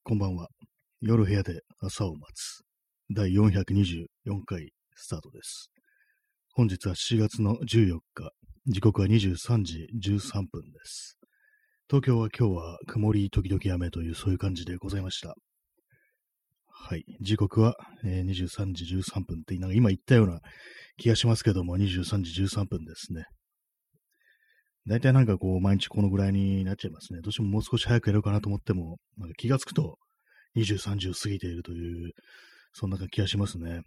こんばんは。夜部屋で朝を待つ。第424回スタートです。本日は7月の14日。時刻は23時13分です。東京は今日は曇り時々雨というそういう感じでございました。はい。時刻は、23時13分ってなんか今言ったような気がしますけども、23時13分ですね。大体なんかこう毎日このぐらいになっちゃいますね。どうしてももう少し早くやろうかなと思っても、なんか気がつくと23時を過ぎているという、そんな気がしますね。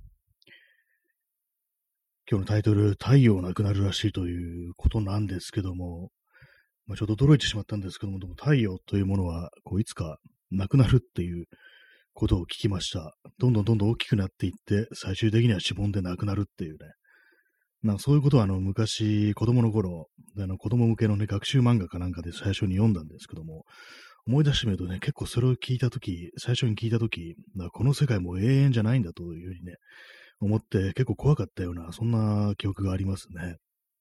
今日のタイトル、太陽なくなるらしいということなんですけども、ちょっと驚いてしまったんですけども、でも太陽というものは、いつかなくなるっていうことを聞きました。どんどんどんどん大きくなっていって、最終的にはしぼんでなくなるっていうね。なんかそういうことは、昔、子供の頃、子供向けのね、学習漫画かなんかで最初に読んだんですけども、思い出してみるとね、結構それを聞いたとき、最初に聞いたとき、この世界もう永遠じゃないんだというふうにね、思って結構怖かったような、そんな記憶がありますね。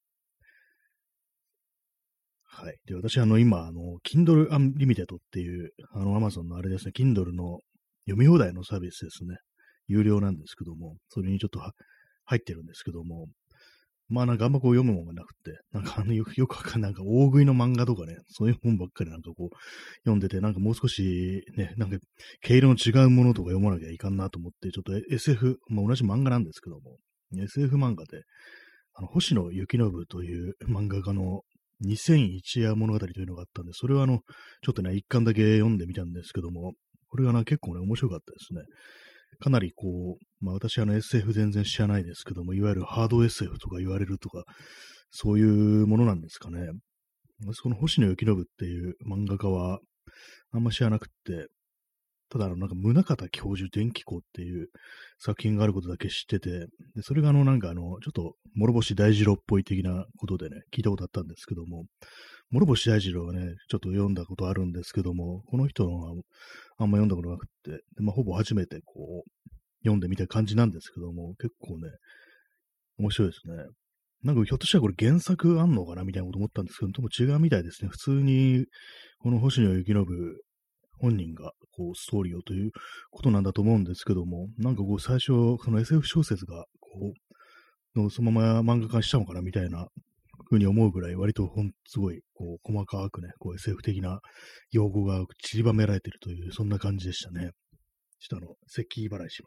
はい。で、私、今、Kindle Unlimited っていう、Amazon のあれですね、Kindle の読み放題のサービスですね。有料なんですけども、それにちょっと入ってるんですけども、なんかあんま読むもんがなくて、なんかよくわかんない、なんか大食いの漫画とかね、そういう本ばっかり読んでて、なんかもう少しね、なんか毛色の違うものとか読まなきゃいかんなと思って、ちょっと SF、同じ漫画なんですけども、SF 漫画で、星野幸信という漫画家の2001夜物語というのがあったんで、それはちょっとね、一巻だけ読んでみたんですけども、これが結構ね、面白かったですね。かなり私SF 全然知らないですけども、いわゆるハード SF とか言われるとか、そういうものなんですかね。この星野幸信っていう漫画家は、あんま知らなくって、ただなんか宗像教授電気工っていう作品があることだけ知ってて、でそれがちょっと諸星大二郎っぽい的なことでね、聞いたことあったんですけども、諸星大二郎はね、ちょっと読んだことあるんですけども、この人のはあんま読んだことなくって、でほぼ初めて読んでみた感じなんですけども、結構ね、面白いですね。なんかひょっとしたらこれ原作あんのかなみたいなこと思ったんですけど、でも違うみたいですね。普通に、この星野幸信本人がストーリーをということなんだと思うんですけども、なんか最初、その SF 小説がそのまま漫画化したのかなみたいなふうに思うぐらい、割とすごい細かくね、SF 的な用語が散りばめられているという、そんな感じでしたね。ちょっと咳払いします。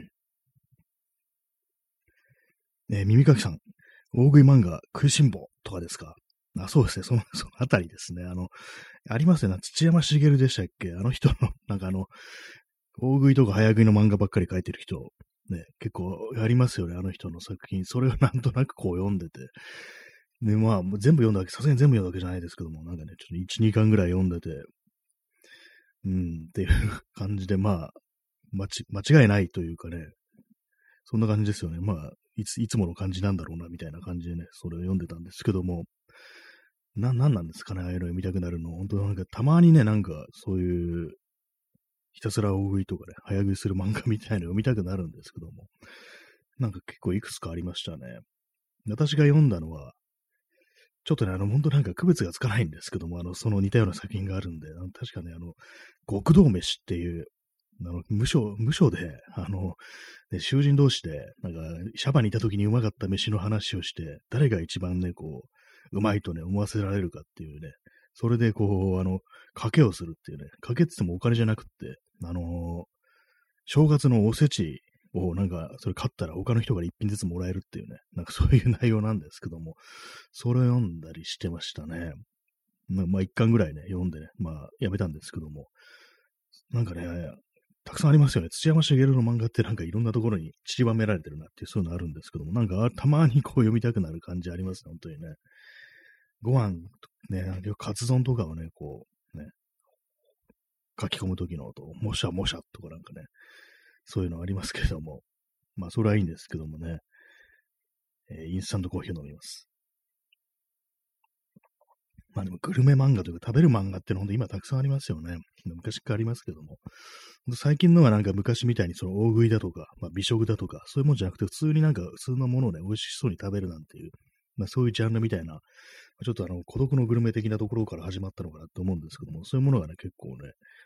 耳かきさん、大食い漫画、食いしん坊とかですか？あ、そうですね。そのあたりですね。ありますよね。土山茂でしたっけ？あの人の、大食いとか早食いの漫画ばっかり描いてる人、ね、結構ありますよね。あの人の作品。それをなんとなく読んでて。で、もう全部読んだわけ、さすがに全部読んだわけじゃないですけども、なんかね、ちょっと1、2巻ぐらい読んでて、っていう感じで、間違いないというかね、そんな感じですよね。いつもの感じなんだろうな、みたいな感じでね、それを読んでたんですけども、なんなんですかね、ああいうの読みたくなるの。本当なんか、たまにね、なんか、そういう、ひたすら大食いとかね、早食いする漫画みたいなの読みたくなるんですけども、なんか結構いくつかありましたね。私が読んだのは、ちょっとね、本当なんか区別がつかないんですけども、その似たような作品があるんで、確かね、極道飯っていう、無償で、ね、囚人同士で、なんか、シャバにいた時にうまかった飯の話をして、誰が一番ね、うまいとね、思わせられるかっていうね、それで賭けをするっていうね、賭けって言ってもお金じゃなくって、正月のおせちをなんか、それ買ったら他の人から一品ずつもらえるっていうね、なんかそういう内容なんですけども、それを読んだりしてましたね。一巻ぐらいね、読んでね、やめたんですけども、なんかね、たくさんありますよね。土山茂の漫画ってなんかいろんなところに散りばめられてるなっていう、そういうのあるんですけども、なんかたまに読みたくなる感じありますね、本当にね。ご飯、ね、カツ丼とかをね、書き込むときの音、もしゃもしゃとかなんかね、そういうのありますけども、それはいいんですけどもね、インスタントコーヒーを飲みます。でもグルメ漫画というか食べる漫画ってのほんと今たくさんありますよね。昔からありますけども。最近のはなんか昔みたいにその大食いだとか、美食だとか、そういうもんじゃなくて普通になんか普通のものをね、美味しそうに食べるなんていう、そういうジャンルみたいな、ちょっと孤独のグルメ的なところから始まったのかなと思うんですけども、そういうものがね、結構ね、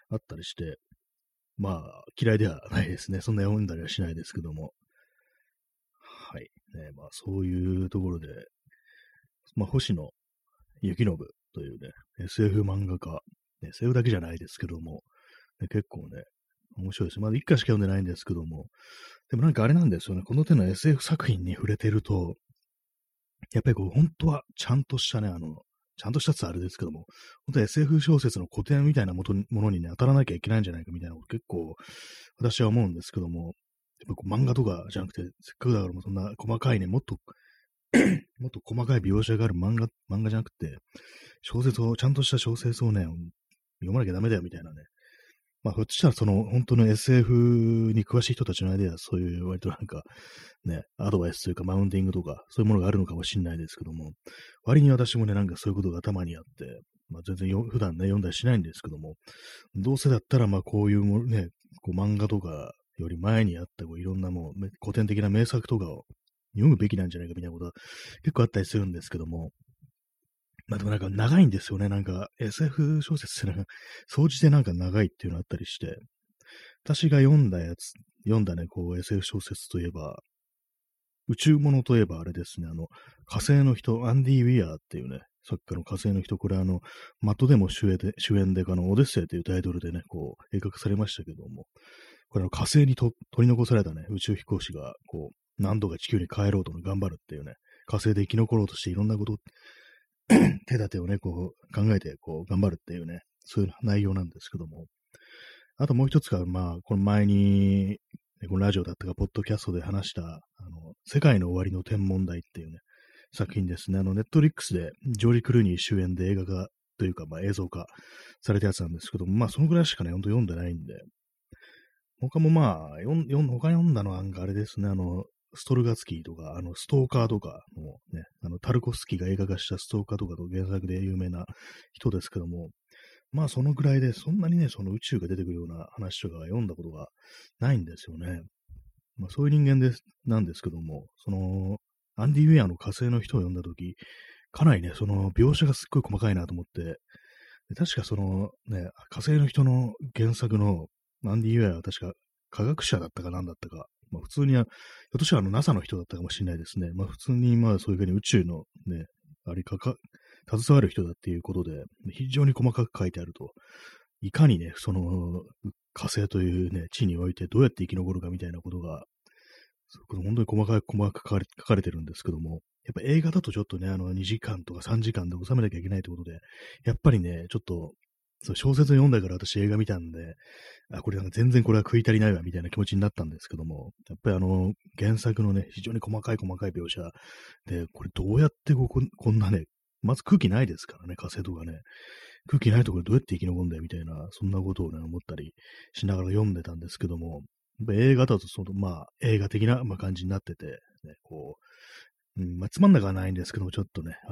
あったりして、まあ、嫌いではないですね。そんな読んだりはしないですけども。はい。ね、まあ、そういうところで、まあ、星野幸信というね、SF 漫画家、ね、SF だけじゃないですけども、ね、結構ね、面白いです。まだ一回しか読んでないんですけども、でもなんかあれなんですよね、この手の SF 作品に触れてると、やっぱりこう、本当はちゃんとしたね、ちゃんとしたってあれですけども、本当は SF 小説の古典みたいなものにね、当たらなきゃいけないんじゃないかみたいなこと結構私は思うんですけども、やっぱこう漫画とかじゃなくて、せっかくだからもうそんな細かいね、もっと細かい描写がある漫画じゃなくて、ちゃんとした小説をね、読まなきゃダメだよみたいなね。まあ、ひょっとしたらその本当の SF に詳しい人たちの間ではそういう割となんかね、アドバイスというかマウンティングとかそういうものがあるのかもしれないですけども、割に私もね、なんかそういうことが頭にあって、まあ全然普段ね、読んだりしないんですけども、どうせだったらまあこういうものね、こう漫画とかより前にあったこういろんなもう古典的な名作とかを読むべきなんじゃないかみたいなことは結構あったりするんですけども、まあでもなんか長いんですよね。なんか SF 小説って総じてなんか長いっていうのあったりして、私が読んだね、こう SF 小説といえば、宇宙物といえばあれですね、火星の人、アンディ・ウィアーっていうね、作家の火星の人、これマットでも主演で、オデッセイというタイトルでね、こう、映画化されましたけども、これ火星に取り残されたね、宇宙飛行士が、こう、何度か地球に帰ろうと頑張るっていうね、火星で生き残ろうとしていろんなこと、手立てをね、こう、考えて、こう、頑張るっていうね、そういう内容なんですけども、あともう一つが、まあ、この前に、このラジオだったか、ポッドキャストで話した、世界の終わりの天文台っていうね、作品ですね。ネットリックスで、ジョージ・クルーニー主演で映画化というか、まあ映像化されたやつなんですけども、まあそのぐらいしかね、ほんと読んでないんで、他もまあ、他読んだのはなんかあれですね、ストルガツキーとか、ストーカーとかもね、タルコフスキーが映画化したストーカーとかと原作で有名な人ですけども、まあそのぐらいで、そんなにね、その宇宙が出てくるような話とか読んだことがないんですよね。まあそういう人間なんですけども、アンディ・ウェアの火星の人を読んだとき、かなりね、その描写がすっごい細かいなと思って、で確かそのね、火星の人の原作のアンディ・ウェアは確か科学者だったかなんだったか、まあ普通にひょっとしたらNASA の人だったかもしれないですね。まあ普通にまあそういうふうに宇宙のね、あれ携わる人だっていうことで、非常に細かく書いてあると。いかにね、その火星というね、地においてどうやって生き残るかみたいなことが、本当に細かく書かれてるんですけども、やっぱ映画だとちょっとね、2時間とか3時間で収めなきゃいけないということで、やっぱりね、ちょっと、そう小説読んだから私映画見たんで、これなんか全然これは食い足りないわみたいな気持ちになったんですけども、やっぱり原作のね、非常に細かい描写で、これどうやってこんなね、まず空気ないですからね、火星とかね。空気ないところでどうやって生き残るんだよみたいな、そんなことをね、思ったりしながら読んでたんですけども、やっぱ映画だとまあ、映画的な、まあ、感じになってて、ね、こう、まあ、つまんなくはないんですけども、ちょっとね、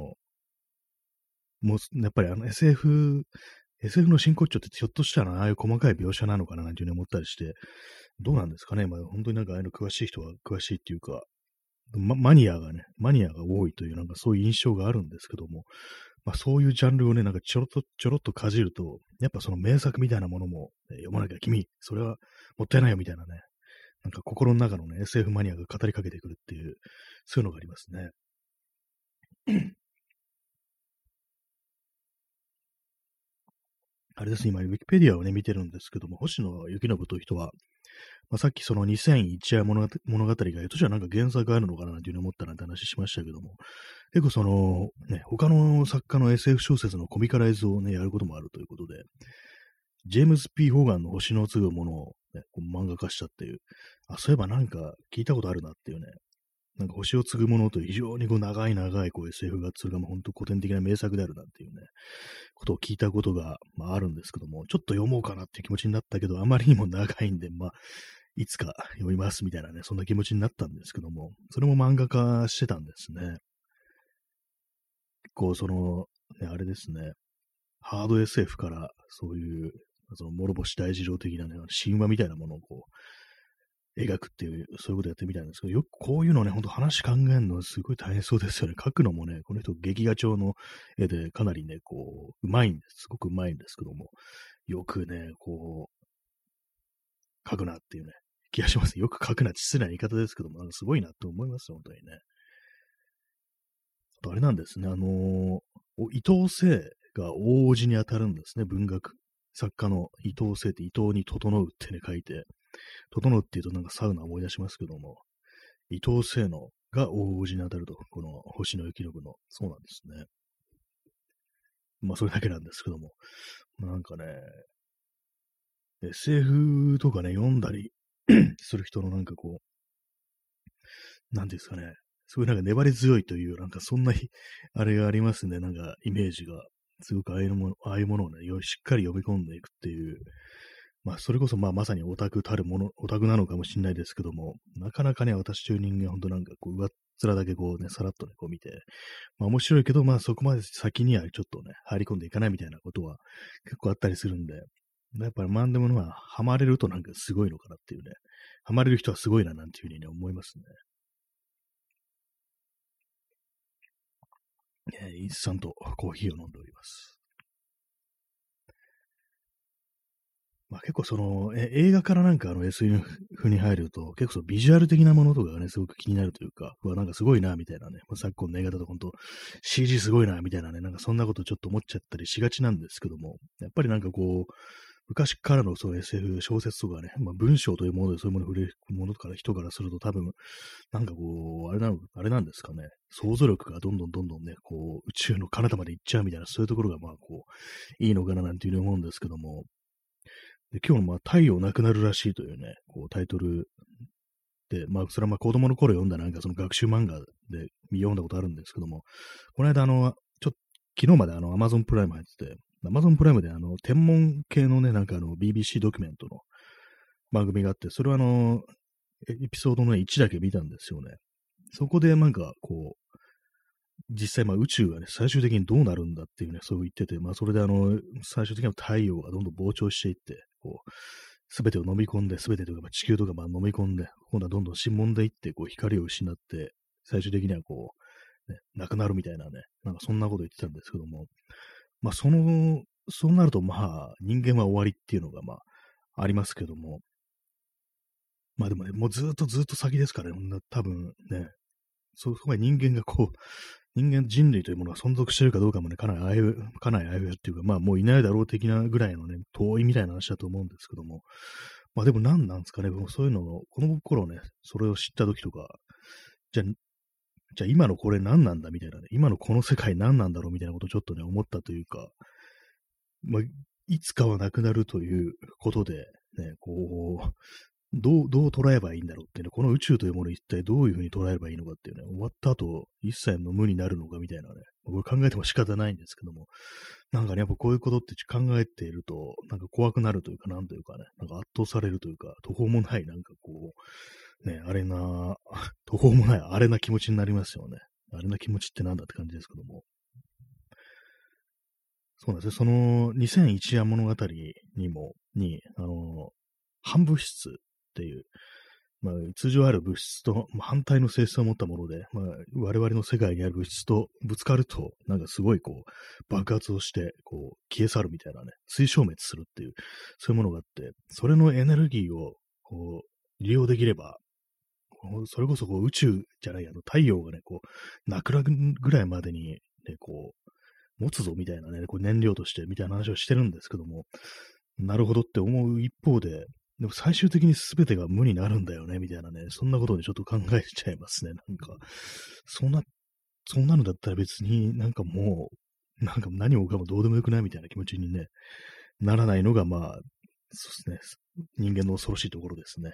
もう、やっぱりSF の真骨頂ってひょっとしたらああいう細かい描写なのかななんていうふうに思ったりして、どうなんですかね。まあ、本当になんかああいうの詳しい人は詳しいっていうか、マニアが多いというなんかそういう印象があるんですけども、まあそういうジャンルをね、なんかちょろっとかじると、やっぱその名作みたいなものも、読まなきゃ君、それはもったいないよみたいなね、なんか心の中のね、SF マニアが語りかけてくるっていう、そういうのがありますね。あれですね、今、ウィキペディアをね、見てるんですけども、星野幸信という人は、まあ、さっきその2001夜物語が、ひょっとしたらなんか原作あるのかななんていうふうに思ったなんて話しましたけども、結構他の作家の SF 小説のコミカライズをね、やることもあるということで、ジェームズ・ P・ ホーガンの星の継ぐものを、ね、こう漫画化したっていう、そういえばなんか聞いたことあるなっていうね、なんか星を継ぐものという非常にこう長いこう SF が、それがもう本当古典的な名作であるなっていうね、ことを聞いたことが、まあ、あるんですけども、ちょっと読もうかなっていう気持ちになったけど、あまりにも長いんで、まあ、いつか読みますみたいなね、そんな気持ちになったんですけども、それも漫画化してたんですね。結構ね、あれですね、ハード SF からそういう、諸星大二郎的なね、神話みたいなものをこう、描くっていう、そういうことやってみたんですけど、よくこういうのね、ほんと話考えるのすごい大変そうですよね。描くのもね、この人劇画調の絵でかなりね、こう、うまいんです。すごくうまいんですけども、 よくね、こう、書くなっていうね、気がします。よく書くなって失礼な言い方ですけども、すごいなって思いますよ、本当にね。あとあれなんですね、伊藤聖が大叔父に当たるんですね、文学作家の伊藤聖って伊藤に整うってね、書いて、整うっていうとなんかサウナ思い出しますけども、伊藤聖のが大叔父に当たると、この星の雪のの、そうなんですね。まあ、それだけなんですけども、なんかね、SF とかね、読んだりする人のなんかこう、なんていうんですかね、そういうなんか粘り強いという、なんかそんなあれがありますね、なんかイメージが。すごくああいうものをね、しっかり読み込んでいくっていう、まあ、それこそまあまさにオタクたるもの、オタクなのかもしれないですけども、なかなかね、私という人間、ほんとなんかこう、上っ面だけこうね、さらっとね、こう見て、まあ面白いけど、まあそこまで先にはちょっとね、入り込んでいかないみたいなことは結構あったりするんで、やっぱり漫画のはハマれるとなんかすごいのかなっていうね、ハマれる人はすごいななんていうふうにね、思いますね。インスタントコーヒーを飲んでおります。まあ結構その、映画からなんかSF に入ると、結構そのビジュアル的なものとかがね、すごく気になるというか、うわ、なんかすごいな、みたいなね、まあ、昨今の映画だと本当 CG すごいな、みたいなね、なんかそんなことちょっと思っちゃったりしがちなんですけども、やっぱりなんかこう、昔からのそう SF 小説とかね、まあ文章というものでそういうものに触れるものから人からすると多分、なんかこう、あれなんですかね、想像力がどんどんどんどんね、こう、宇宙の彼方まで行っちゃうみたいな、そういうところがまあこう、いいのかななんていうふうに思うんですけども、で今日のまあ太陽なくなるらしいというね、こうタイトルで、まあそれはまあ子供の頃読んだなんかその学習漫画で読んだことあるんですけども、この間昨日までAmazon プライム入ってて、Amazon プライムで天文系のね、なんかBBC ドキュメントの番組があって、それはエピソードのね、1だけ見たんですよね。そこでなんかこう、実際まあ宇宙がね、最終的にどうなるんだっていうね、そう言ってて、まあそれで最終的には太陽がどんどん膨張していって、こう、すべてを飲み込んで、すべてというか、まあ、地球とかまあ飲み込んで、今度はどんどん沈んでいって、こう光を失って、最終的にはこう、ね、なくなるみたいなね、なんかそんなこと言ってたんですけども、まあそうなるとまあ人間は終わりっていうのがまあありますけども、まあでもね、もうずっとずっと先ですからね、多分ね、そこまで人間がこう、人類というものが存続しているかどうかもね、かなりあいうえっていうか、まあもういないだろう的なぐらいのね、遠い未来の話だと思うんですけども、まあでも何なんですかね、もうそういうのを、この頃ね、それを知った時とか、じゃあ、じゃあ今のこれ何なんだみたいなね、今のこの世界何なんだろうみたいなことをちょっとね、思ったというか、まあ、いつかはなくなるということで、ね、こう、どう捉えばいいんだろうっていうね、この宇宙というものを一体どういうふうに捉えればいいのかっていうね、終わった後、一切の無になるのかみたいなね、これ考えても仕方ないんですけども、なんかね、やっぱこういうことって考えていると、なんか怖くなるというか、なんというかね、なんか圧倒されるというか、途方もない、なんかこう、ね、途方もない、あれな気持ちになりますよね。あれな気持ちってなんだって感じですけども。そうなんですね。その2001夜物語に、反物質っていう、まあ、通常ある物質と反対の性質を持ったもので、まあ、我々の世界にある物質とぶつかると、なんかすごいこう、爆発をして、こう、消え去るみたいなね、追消滅するっていう、そういうものがあって、それのエネルギーを、こう、利用できれば、それこそこう宇宙じゃない、太陽がね、こう、なくなるぐらいまでに、ね、こう、持つぞみたいなね、こう燃料としてみたいな話をしてるんですけども、なるほどって思う一方で、でも最終的に全てが無になるんだよね、みたいなね、そんなことにちょっと考えちゃいますね。なんか、そんな、そんなのだったら別になんかもう、なんか何もかもどうでもよくないみたいな気持ちにね、ならないのがまあ、そうですね、人間の恐ろしいところですね。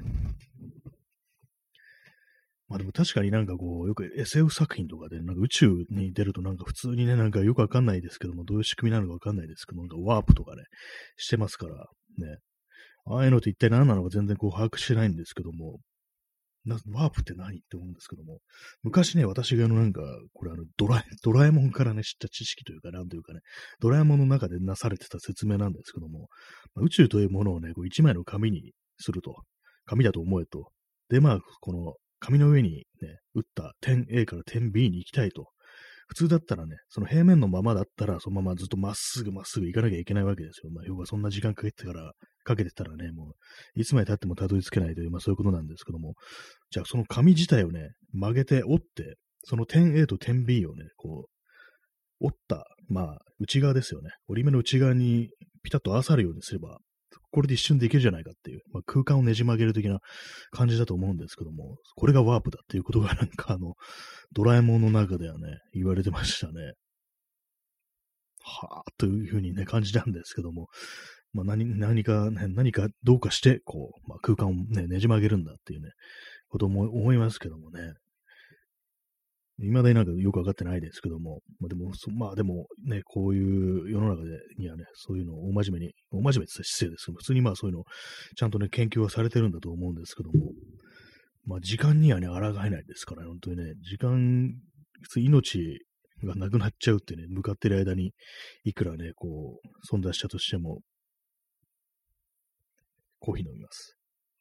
まあでも確かになんかこう、よく SF 作品とかで、なんか宇宙に出るとなんか普通にね、なんかよくわかんないですけども、どういう仕組みなのかわかんないですけど、なんかワープとかね、してますから、ね。ああいうのって一体何なのか全然こう把握してないんですけども、ワープって何って思うんですけども、昔ね、私がなんか、これドラえもんからね、知った知識というか、なんというかね、ドラえもんの中でなされてた説明なんですけども、まあ宇宙というものをね、こう一枚の紙にすると、紙だと思えと。で、まあ、この紙の上にね、打った点 A から点 B に行きたいと。 普通だったらね、その平面のままだったら、そのままずっとまっすぐまっすぐ行かなきゃいけないわけですよ。まあ、要はそんな時間かけてたらね、もう、いつまで経ってもたどり着けないという、まあそういうことなんですけども、じゃあその紙自体をね、曲げて折って、その点 A と点 B をね、こう、折った、まあ、内側ですよね。折り目の内側にピタッと合わさるようにすれば、これで一瞬できるじゃないかっていう、まあ、空間をねじ曲げる的な感じだと思うんですけども、これがワープだっていうことがなんかドラえもんの中ではね、言われてましたね。はぁ、というふうにね、感じたんですけども、まあ何かどうかして、こう、まあ、空間をね、ねじ曲げるんだっていうね、ことも思いますけどもね。未だになんかよくわかってないですけども、まあでもね、こういう世の中にはね、そういうのを大真面目って言ったら失礼ですけど、普通にまあそういうのをちゃんとね、研究はされてるんだと思うんですけども、まあ時間にはね、抗えないですから、本当にね、普通命がなくなっちゃうってね、向かってる間に、いくらね、こう、存在したとしても、コーヒー飲みます。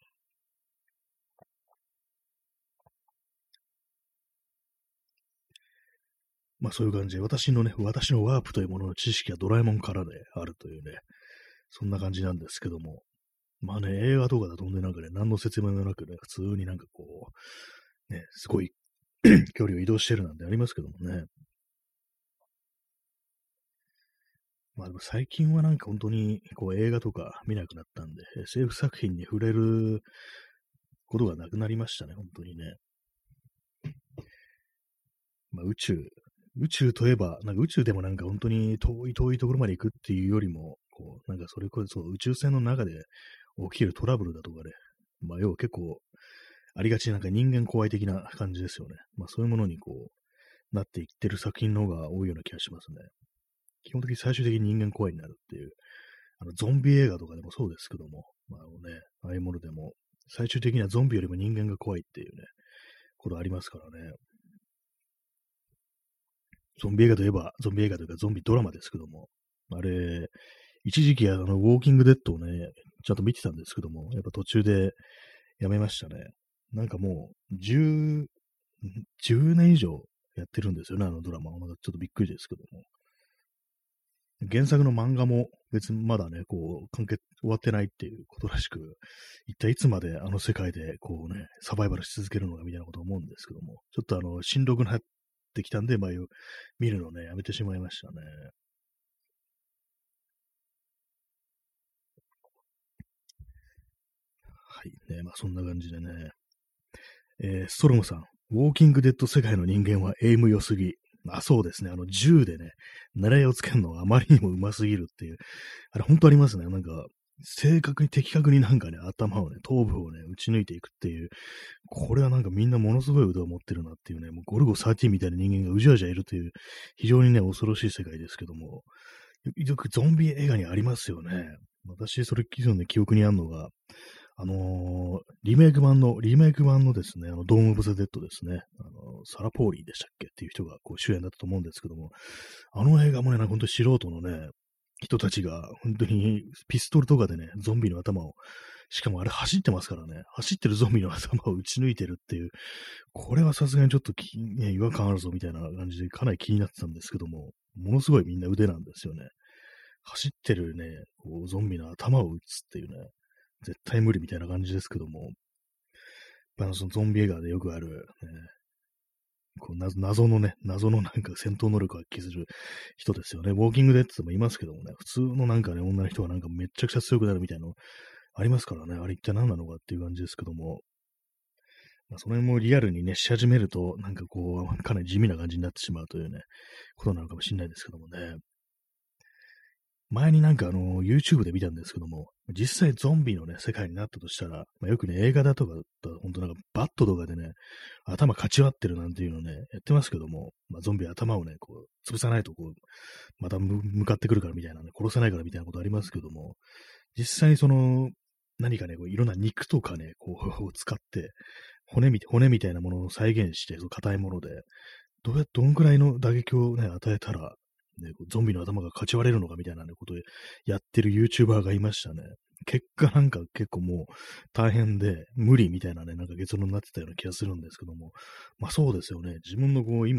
まあそういう感じで、私のワープというものの知識はドラえもんからであるというね、そんな感じなんですけども、まあね、映画とかだとね、なんかね、何の説明もなくね、普通になんかこう、ね、すごい距離を移動してるなんてありますけどもね。まあでも最近はなんか本当にこう映画とか見なくなったんで、SF 作品に触れることがなくなりましたね、本当にね。まあ宇宙といえば、なんか宇宙でもなんか本当に遠いところまで行くっていうよりも、こう、なんかそれこそ宇宙船の中で起きるトラブルだとかで、まあ要は結構ありがちななんか人間怖い的な感じですよね。まあそういうものにこう、なっていってる作品の方が多いような気がしますね。基本的に最終的に人間怖いになるっていう、ゾンビ映画とかでもそうですけども、まあああいうものでも、最終的にはゾンビよりも人間が怖いっていうね、ことありますからね。ゾンビ映画といえば、ゾンビ映画というかゾンビドラマですけども、あれ、一時期ウォーキングデッドをね、ちゃんと見てたんですけども、やっぱ途中でやめましたね。なんかもう、10年以上やってるんですよね、あのドラマは。なんかちょっとびっくりですけども。原作の漫画も別にまだね、こう、終わってないっていうことらしく、一体いつまであの世界でこうね、サバイバルし続けるのかみたいなことを思うんですけども、ちょっとしんどくなってきたんで、見るのね、やめてしまいましたね。はい。ね、まあそんな感じでね。ストロムさん、ウォーキングデッド世界の人間はエイム良すぎ。あ、そうですね。銃でね、狙いをつけるのはあまりにも上手すぎるっていう。あれ、本当ありますね。なんか、的確になんかね、頭部をね、撃ち抜いていくっていう。これはなんかみんなものすごい腕を持ってるなっていうね、もうゴルゴ13みたいな人間がうじゃうじゃいるという、非常にね、恐ろしい世界ですけども、よくゾンビ映画にありますよね。私、それ以上ね、記憶にあるのが、リメイク版のですね、ドーム・オブ・ザ・デッドですね。サラ・ポーリーでしたっけっていう人がこう主演だったと思うんですけども、あの映画もね、なんか本当に素人のね、人たちが本当にピストルとかでね、ゾンビの頭を、しかもあれ走ってますからね、走ってるゾンビの頭を撃ち抜いてるっていう、これはさすがにちょっとね、違和感あるぞみたいな感じでかなり気になってたんですけども、ものすごいみんな腕なんですよね。走ってるね、こうゾンビの頭を撃つっていうね、絶対無理みたいな感じですけども、そのゾンビ映画でよくある、ね、こう謎のなんか戦闘能力を発揮する人ですよね。ウォーキングデッドもいますけどもね、普通のなんかね、女の人がなんかめっちゃくちゃ強くなるみたいなのありますからね、あれ一体何なのかっていう感じですけども、まあ、その辺もリアルにね、し始めると、なんかこう、かなり地味な感じになってしまうというね、ことなのかもしれないですけどもね。前になんかYouTube で見たんですけども、実際ゾンビのね、世界になったとしたら、まあ、よくね、映画だとかだと、本当なんかバットとかでね、頭かち割ってるなんていうのね、やってますけども、まあ、ゾンビ頭をね、こう、潰さないとこう、また向かってくるからみたいなね、殺せないからみたいなことありますけども、実際その、何かね、こういろんな肉とかね、こう、を使って、骨みたいなものを再現して、その硬いもので、どんくらいの打撃をね、与えたら、ね、こうゾンビの頭がかち割れるのかみたいな、ね、ことをやってる YouTuber がいましたね。結果なんか結構もう大変で無理みたいなね、なんか結論になってたような気がするんですけども。まあそうですよね。自分のこう今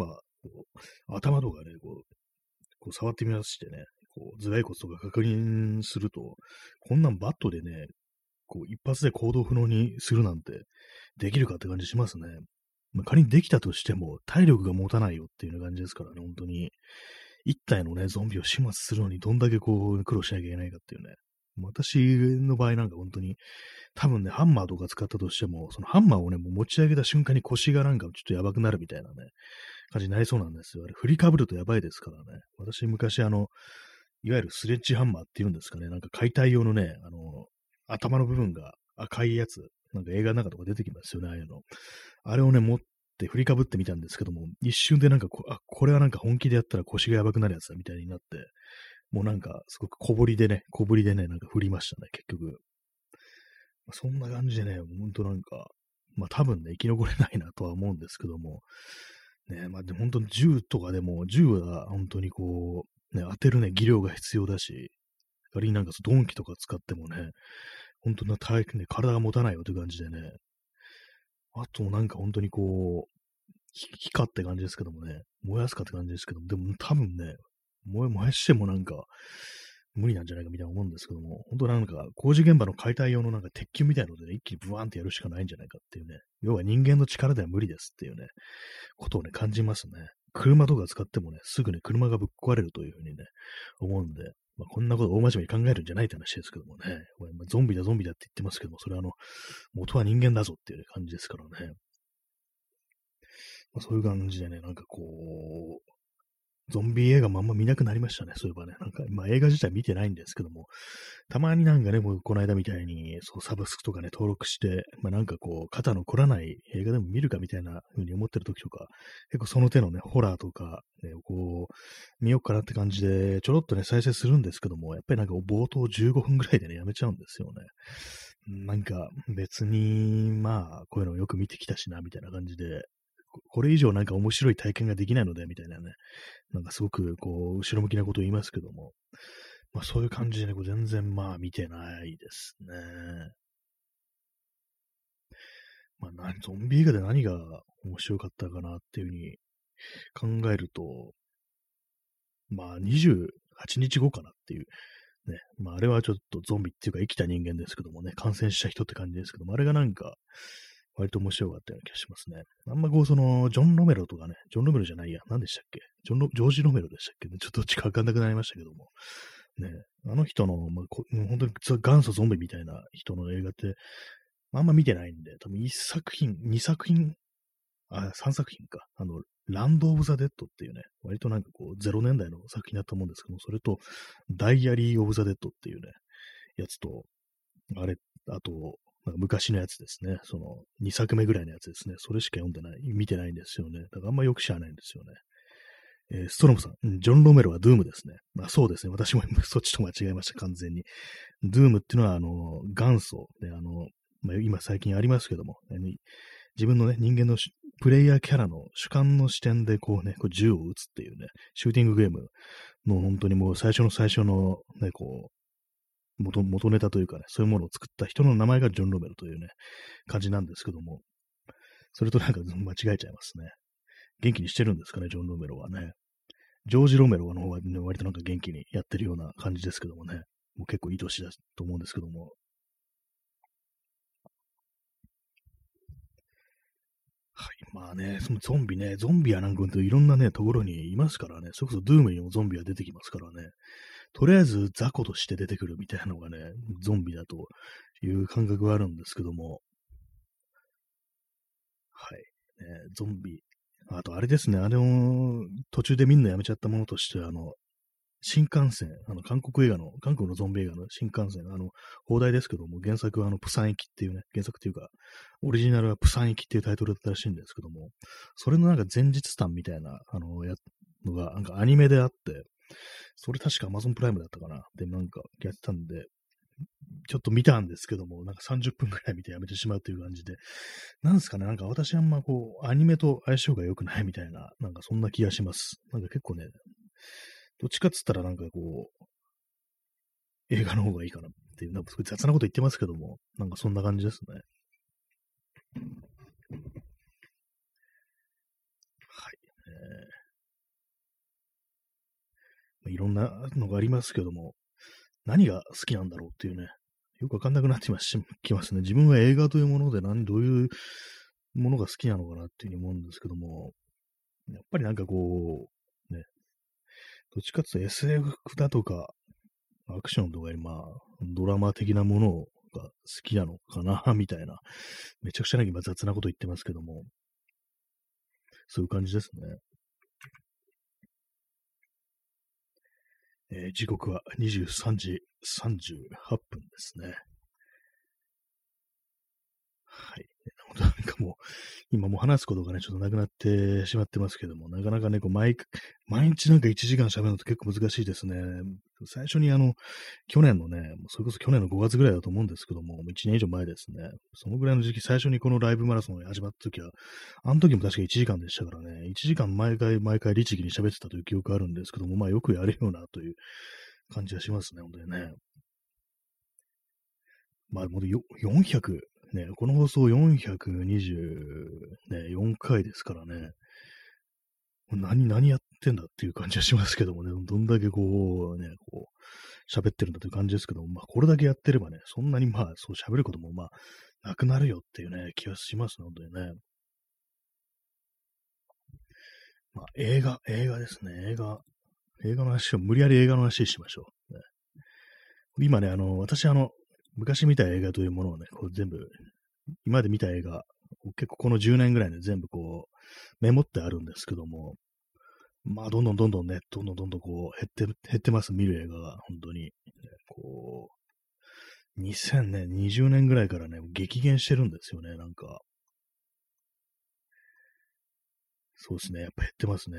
こ頭とかね、こう触ってみましてね、頭蓋骨とか確認すると、こんなんバットでね、一発で行動不能にするなんてできるかって感じしますね。まあ、仮にできたとしても、体力が持たないよっていうような感じですからね、本当に。一体のね、ゾンビを始末するのにどんだけ苦労しなきゃいけないかっていうね。私の場合なんか本当に、多分ね、ハンマーとか使ったとしても、そのハンマーをね、もう持ち上げた瞬間に腰がなんかちょっとやばくなるみたいなね、感じになりそうなんですよ。あれ、振りかぶるとやばいですからね。私昔いわゆるスレッジハンマーっていうんですかね、なんか解体用のね、頭の部分が赤いやつ、なんか映画の中とか出てきますよね、ああいうの。あれをね、持って振りかぶってみたんですけども、一瞬でなんかこれはなんか本気でやったら腰がやばくなるやつだみたいになって、もうなんかすごく小ぶりでね、なんか振りましたね、結局。そんな感じでね、ほんとなんか、まあ多分ね、生き残れないなとは思うんですけども、ね、まあでも本当に銃とかでも、銃は本当にね、当てるね、技量が必要だし、仮になんか鈍器とか使ってもね、本当な体ね、体が持たないよという感じでね、あとなんか本当に火かって感じですけどもね、燃やすかって感じですけども、でも多分ね、燃やしてもなんか、無理なんじゃないかみたいな思うんですけども、本当なんか工事現場の解体用のなんか鉄球みたいなのでね、一気にブワーンってやるしかないんじゃないかっていうね、要は人間の力では無理ですっていうね、ことをね、感じますね。車とか使ってもね、すぐね、車がぶっ壊れるというふうにね、思うんで、まあ、こんなこと大真面目に考えるんじゃないって話ですけどもね、これまあゾンビだゾンビだって言ってますけども、それは元は人間だぞっていう、ね、感じですからね。まあ、そういう感じでね、なんかゾンビ映画もあんま見なくなりましたね、そういえばね。なんか、まあ映画自体見てないんですけども、たまになんかね、もうこの間みたいに、サブスクとかね、登録して、まあなんか肩の凝らない映画でも見るかみたいな風に思ってる時とか、結構その手のね、ホラーとか、ね、見よっかなって感じで、ちょろっとね、再生するんですけども、やっぱりなんか冒頭15分ぐらいでね、やめちゃうんですよね。なんか別に、まあ、こういうのをよく見てきたしな、みたいな感じで、これ以上なんか面白い体験ができないので、みたいなね、なんかすごく後ろ向きなことを言いますけども、まあそういう感じでね、全然まあ見てないですね。まあゾンビ映画で何が面白かったかなっていうふうに考えると、まあ28日後かなっていうね、まああれはちょっとゾンビっていうか生きた人間ですけどもね、感染した人って感じですけども、あれがなんか割と面白かったような気がしますね。あんまジョン・ロメロとかね、ジョン・ロメロじゃないや、何でしたっけジョージ・ロメロでしたっけね、ちょっとどっちかわかんなくなりましたけども、ね、あの人の、まあ、本当に元祖ゾンビみたいな人の映画って、あんま見てないんで、多分1作品、2作品、3作品か。ランド・オブ・ザ・デッドっていうね、割となんか0年代の作品だと思うんですけども、それと、ダイアリー・オブ・ザ・デッドっていうね、やつと、あと、なんか昔のやつですね。その2作目ぐらいのやつですね。それしか読んでない、見てないんですよね。だからあんまよく知らないんですよね。ストロムさん、ジョン・ロメロはドゥームですね。まあそうですね。私もそっちと間違えました、完全に。ドゥームっていうのは、元祖で、まあ、今最近ありますけども、自分のね、人間のプレイヤーキャラの主観の視点で銃を撃つっていうね、シューティングゲームの本当にもう最初の最初のね、元ネタというかね、そういうものを作った人の名前がジョン・ロメロというね、感じなんですけども、それとなんか間違えちゃいますね。元気にしてるんですかね、ジョン・ロメロはね。ジョージ・ロメロの方はね、割となんか元気にやってるような感じですけどもね。もう結構いい年だと思うんですけども。はい。まあね、そのゾンビはなんかいろんなね、ところにいますからね。それこそドゥームにもゾンビは出てきますからね。とりあえず雑魚として出てくるみたいなのがね、ゾンビだという感覚はあるんですけども。はい。ゾンビ。あと、あれですね、途中でみんなやめちゃったものとして、新幹線、韓国のゾンビ映画の新幹線、放題ですけども、原作はプサン行きっていうね、原作っていうか、オリジナルはプサン行きっていうタイトルだったらしいんですけども、それのなんか前日譚みたいな、のが、なんかアニメであって、それ確か Amazon プライムだったかな。で、なんかやってたんで、ちょっと見たんですけども、なんか30分くらい見てやめてしまうという感じで、なんですかね、なんか私あんまアニメと相性が良くないみたいな、なんかそんな気がします。なんか結構ね、どっちかっつったらなんか映画の方がいいかなっていう、なんかすごい雑なこと言ってますけども、なんかそんな感じですね。はい。 いろんなのがありますけども、何が好きなんだろうっていうね、よくわかんなくなってきますね。自分は映画というものでどういうものが好きなのかなっていうふうに思うんですけども、やっぱりなんかこう、ね、どっちかっていうと SF だとか、アクションとかよりドラマ的なものが好きなのかな、みたいな。めちゃくちゃ今雑なこと言ってますけども、そういう感じですね。時刻は23時38分ですね。はい。なんかもう、今もう話すことがね、ちょっとなくなってしまってますけども、なかなかね、毎日なんか1時間喋るのって結構難しいですね。最初に去年のね、それこそ去年の5月ぐらいだと思うんですけども、もう1年以上前ですね。そのぐらいの時期、最初にこのライブマラソンが始まった時は、あの時も確か1時間でしたからね、1時間毎回律儀に喋ってたという記憶があるんですけども、よくやるよなという感じがしますね、本当にね。もう400、ね、この放送424、ね、4回ですからね、何やってんだっていう感じはしますけどもね、どんだけ喋ってるんだという感じですけども、これだけやってればね、そんなにそう喋ることもなくなるよっていうね、気がしますね、本当にね。映画ですね、映画の話を、無理やり映画の話しましょう。ね、今ね、私昔見た映画というものをね、全部、今まで見た映画、結構この10年ぐらいで全部メモってあるんですけども、どんどんね、どんどん減ってます、見る映画が、本当に。2020年ぐらいからね、激減してるんですよね、なんか。そうですね、やっぱ減ってますね。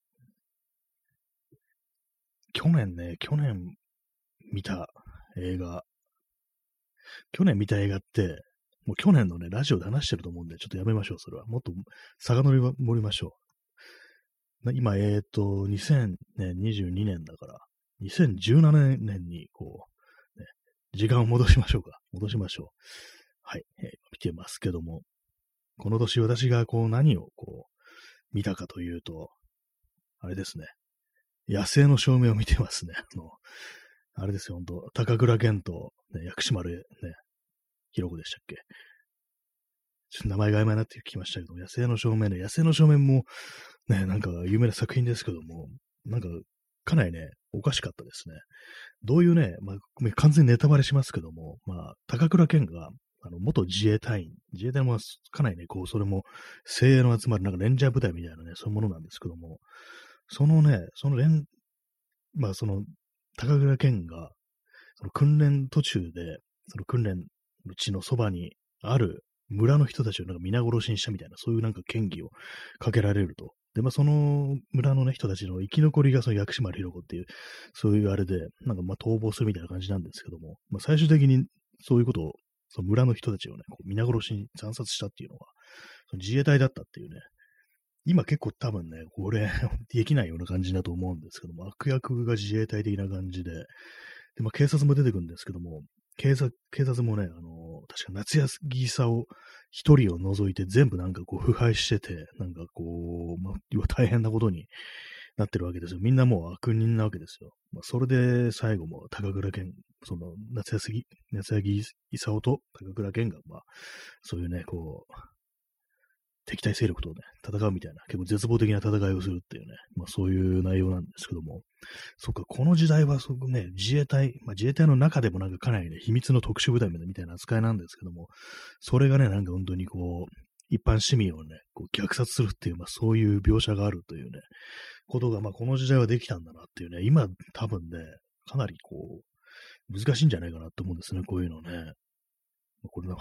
去年見た映画、去年見た映画って、もう去年のね、ラジオで話してると思うんで、ちょっとやめましょう、それは。もっと遡りましょう。今、2022年だから、2017年に、ね、時間を戻しましょうか。戻しましょう。はい、見てますけども、この年私が何を見たかというと、あれですね。野生の証明を見てますね。あれですよ、本当高倉健と、ね、薬師丸ね、ひろ子でしたっけ。ちょっと名前が曖昧になってきましたけど、野生の証明も、ね、なんか有名な作品ですけども、なんか、かなりね、おかしかったですね。どういうね、完全にネタバレしますけども、高倉健が、元自衛隊もかなりね、それも、精鋭の集まる、なんかレンジャー部隊みたいなね、そういうものなんですけども、そのね、そのレン、まあ、その、高倉健が、その訓練途中で、その訓練の地のそばにある村の人たちをなんか皆殺しにしたみたいな、そういうなんか嫌疑をかけられると。で、その村のね、人たちの生き残りがその薬師丸ひろ子っていう、そういうあれで、なんか逃亡するみたいな感じなんですけども、最終的にそういうことを、その村の人たちをね、皆殺しに惨殺したっていうのが、その自衛隊だったっていうね、今結構多分ね、これできないような感じだと思うんですけども、悪役が自衛隊的な感じで、で、警察も出てくるんですけども、警察もね、確か夏休みさを一人を除いて全部なんか腐敗してて、なんか要は大変なことになってるわけですよ。みんなもう悪人なわけですよ。それで最後も高倉健、その夏柳勲と高倉健が、そういうね、敵対勢力とね、戦うみたいな、結構絶望的な戦いをするっていうね、そういう内容なんですけども、そっか、この時代はね、自衛隊の中でもなんかかなりね、秘密の特殊部隊みたいな扱いなんですけども、それがね、なんか本当に一般市民をね、虐殺するっていう、そういう描写があるというね、ことが、この時代はできたんだなっていうね、今多分ね、かなり難しいんじゃないかなと思うんですね、こういうのね。これ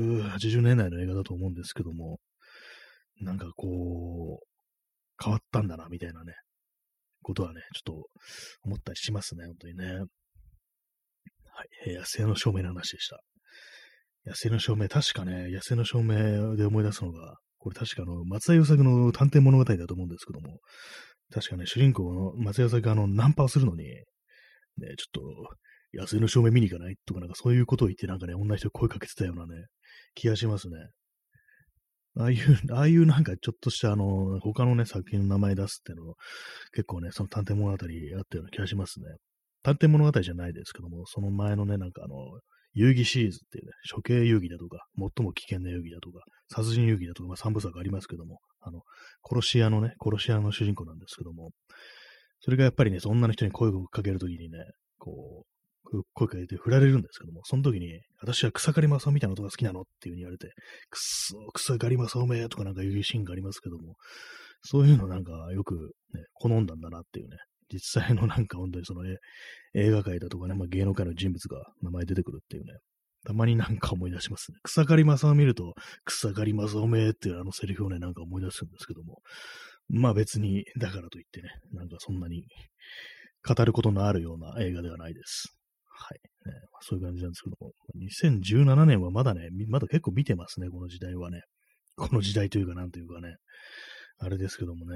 80年代の映画だと思うんですけども、なんか変わったんだな、みたいなね、ことはね、ちょっと思ったりしますね、本当にね。はい、野生の証明の話でした。野生の証明、確かね、野生の証明で思い出すのが、これ確か松田優作の探偵物語だと思うんですけども、確かね、主人公の松田優作がナンパをするのに、ね、ちょっと、野生の証明見に行かないとか、なんかそういうことを言って、なんかね、女の人声かけてたようなね、気がしますね。 ああいうなんかちょっとした他のね、作品の名前出すっていうのを、結構ね、その探偵物語あったような気がしますね。探偵物語じゃないですけども、その前のね、なんか遊戯シリーズっていうね、処刑遊戯だとか、最も危険な遊戯だとか、殺人遊戯だとか、まあ3部作ありますけども、殺し屋の主人公なんですけども、それがやっぱりね、女の人に声をかけるときにね、こ声かけて振られるんですけども、その時に、私は草刈正雄みたいな音が好きなのっていう風に言われて、草刈正雄めとかなんかいうシーンがありますけども、そういうのなんかよくね、好んだんだなっていうね、実際のなんか本当にその映画界だとかね、まあ、芸能界の人物が名前出てくるっていうね、たまになんか思い出しますね。草刈正雄を見ると、草刈正雄めっていうセリフをね、なんか思い出すんですけども、まあ別に、だからといってね、なんかそんなに語ることのあるような映画ではないです。はい。そういう感じなんですけども、2017年はまだね、まだ結構見てますね、この時代はね。この時代というか、なんというかね、あれですけどもね。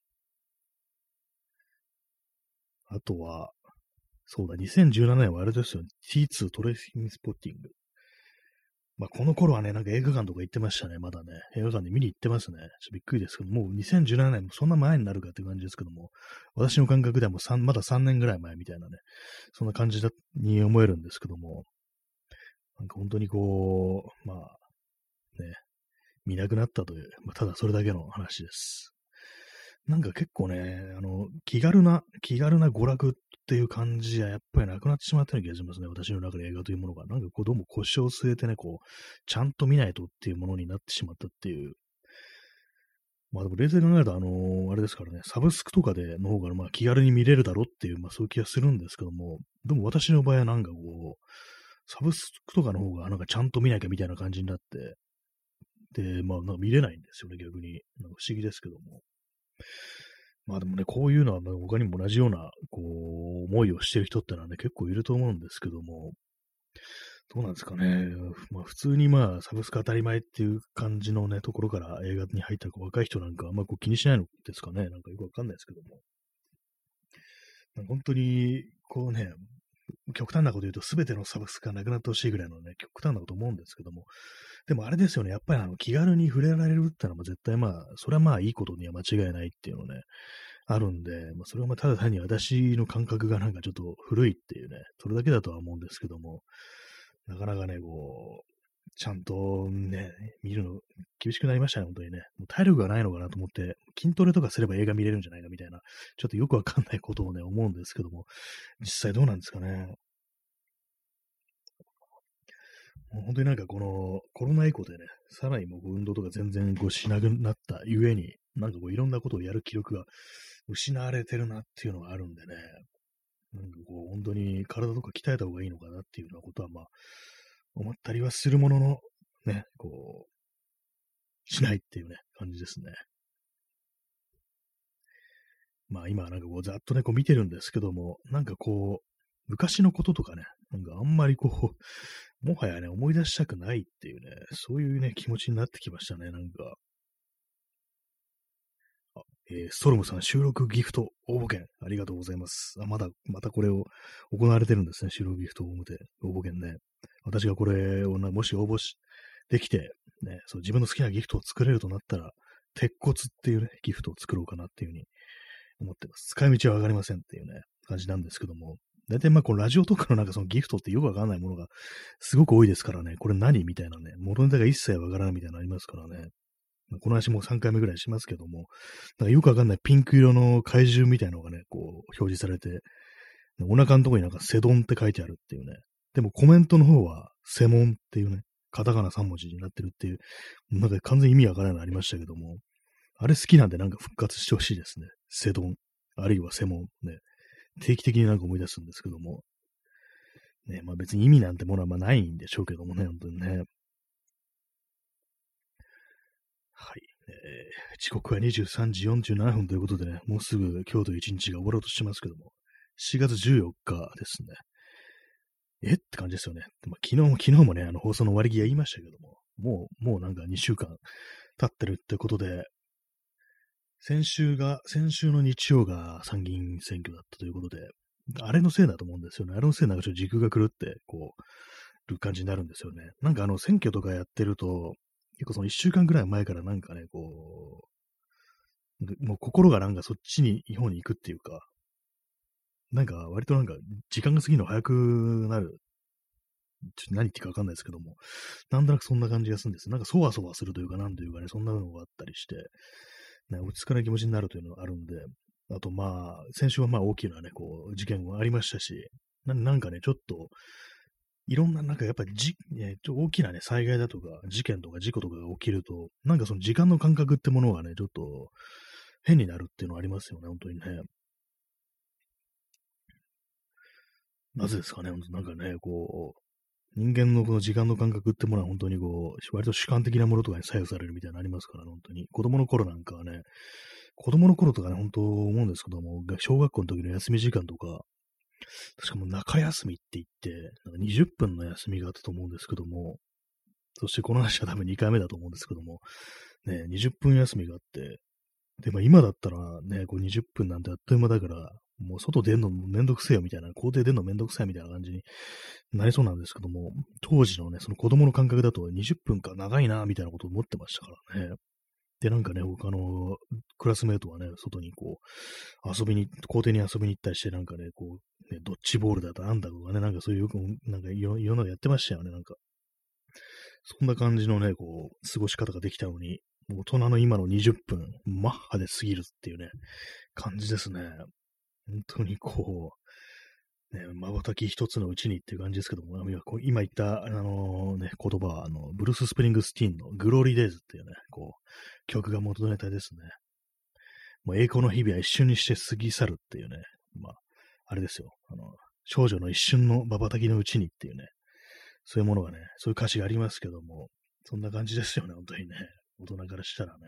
あとは、そうだ、2017年はあれですよ、T2 トレインスポッティング。まあ、この頃はね、なんか映画館とか行ってましたね、まだね。映画館で見に行ってますね。びっくりですけど、もう2017年もそんな前になるかっていう感じですけども、私の感覚ではもうまだ3年ぐらい前みたいなね、そんな感じに思えるんですけども、なんか本当にこう、まあ、ね、見なくなったという、まあ、ただそれだけの話です。なんか結構ね、気軽な娯楽っていう感じはやっぱりなくなってしまったような気がしますね。私の中で映画というものが。なんかこう、どうも腰を据えてね、こう、ちゃんと見ないとっていうものになってしまったっていう。まあでも冷静に考えると、あれですからね、サブスクとかでの方が、まあ気軽に見れるだろうっていう、まあそういう気がするんですけども、でも私の場合はなんかこう、サブスクとかの方がなんかちゃんと見なきゃみたいな感じになって、で、まあなんか見れないんですよね、逆に。なんか不思議ですけども。まあでもね、こういうのは、まあ他にも同じような、こう、思いをしてる人ってのはね、結構いると思うんですけども、どうなんですかね。まあ普通にまあサブスク当たり前っていう感じのね、ところから映画に入った若い人なんかあんまこう気にしないのですかね。なんかよくわかんないですけども。本当に、こうね、極端なこと言うと全てのサブスクがなくなってほしいぐらいのね、極端なこと思うんですけども、でもあれですよね、やっぱり気軽に触れられるってのは絶対まあ、それはまあいいことには間違いないっていうのね、あるんで、まあ、それはまあただ単に私の感覚がなんかちょっと古いっていうね、それだけだとは思うんですけども、なかなかね、こう、ちゃんとね、見るの厳しくなりましたね、本当にね。もう体力がないのかなと思って、筋トレとかすれば映画見れるんじゃないかみたいな、ちょっとよくわかんないことをね、思うんですけども、実際どうなんですかね。もう本当になんかこのコロナ以降でね、さらにもう運動とか全然こうしなくなったゆえに、なんかこういろんなことをやる気力が失われてるなっていうのがあるんでね、なんかこう本当に体とか鍛えた方がいいのかなっていうようなことはまあ思ったりはするものの、ね、こう、しないっていうね、感じですね。まあ今なんかこうざっとね、こう見てるんですけども、なんかこう、昔のこととかね、なんかあんまりこう、もはやね、思い出したくないっていうね、そういうね、気持ちになってきましたね、なんか。ストロムさん、収録ギフト応募券、ありがとうございます。またこれを行われてるんですね、収録ギフト応募券ね。私がこれをもし応募できて、ね、そう、自分の好きなギフトを作れるとなったら、鉄骨っていうね、ギフトを作ろうかなっていうふうに思ってます。使い道はわかりませんっていうね、感じなんですけども。大体まあこのラジオとかのなんかそのギフトってよくわかんないものがすごく多いですからね、これ何みたいなね、元ネタが一切わからないみたいなのありますからね。この話も3回目ぐらいしますけども、なんかよくわかんないピンク色の怪獣みたいなのがね、こう表示されて、お腹のところになんかセドンって書いてあるっていうね。でもコメントの方はセモンっていうね、カタカナ3文字になってるっていう、なんか完全に意味わからないのありましたけども、あれ好きなんでなんか復活してほしいですね。セドン、あるいはセモンね。定期的になんか思い出すんですけども、ね、まあ別に意味なんてものはまあないんでしょうけどもね、本当にね。はい。時刻は23時47分ということでね、もうすぐ今日という一日が終わろうとしてますけども、4月14日ですね。って感じですよね。まあ、昨日もね、放送の終わり際言いましたけども、もうなんか2週間経ってるってことで、先週の日曜が参議院選挙だったということで、あれのせいだと思うんですよね。あれのせいなんかちょっと時空が狂って、こう、る感じになるんですよね。なんか選挙とかやってると、 結構その一週間ぐらい前からなんかね、もう心がなんかそっちに、方に行くっていうか、なんか割となんか時間が過ぎるの早くなる。ちょっと何言っていうかわかんないですけども、なんとなくそんな感じがするんです。なんかそわそわするというか、なんというかね、そんなのがあったりして、ね、落ち着かない気持ちになるというのがあるんで、あとまあ、先週はまあ大きなね、事件もありましたし、なんかね、ちょっと、いろんな、なんかやっぱり大きなね、災害だとか、事件とか事故とかが起きると、なんかその時間の感覚ってものがね、ちょっと変になるっていうのはありますよね、本当にね。なぜですかね、本当なんかね、人間のこの時間の感覚ってものは本当に割と主観的なものとかに左右されるみたいなのありますからね、本当に。子供の頃なんかはね、子供の頃とかね、本当思うんですけども、小学校の時の休み時間とか、確かもう中休みって言って、なんか20分の休みがあったと思うんですけども、そしてこの話は多分2回目だと思うんですけども、ね、20分休みがあって、で、まあ今だったらね、20分なんてあっという間だから、もう外出んのめんどくせえよみたいな、校庭出んのめんどくさいみたいな感じになりそうなんですけども、当時のね、その子供の感覚だと20分か長いな、みたいなことを思ってましたからね。で、なんかね、他のクラスメートはね、外に校庭に遊びに行ったりして、なんかね、ドッジボールだとなんだとかね、なんかそういうよく、なんかいろんなのやってましたよね、なんか。そんな感じのね、過ごし方ができたのに、もう大人の今の20分、マッハで過ぎるっていうね、感じですね。本当にね、瞬き一つのうちにっていう感じですけども、今言った、言葉は、ブルース・スプリングスティーンのグローリー・デイズっていうね、曲が元ネタですね。もう栄光の日々は一瞬にして過ぎ去るっていうね、まあ、あれですよ。少女の一瞬の瞬きのうちにっていうね、そういうものがね、そういう歌詞がありますけども、そんな感じですよね、本当にね。大人からしたらね。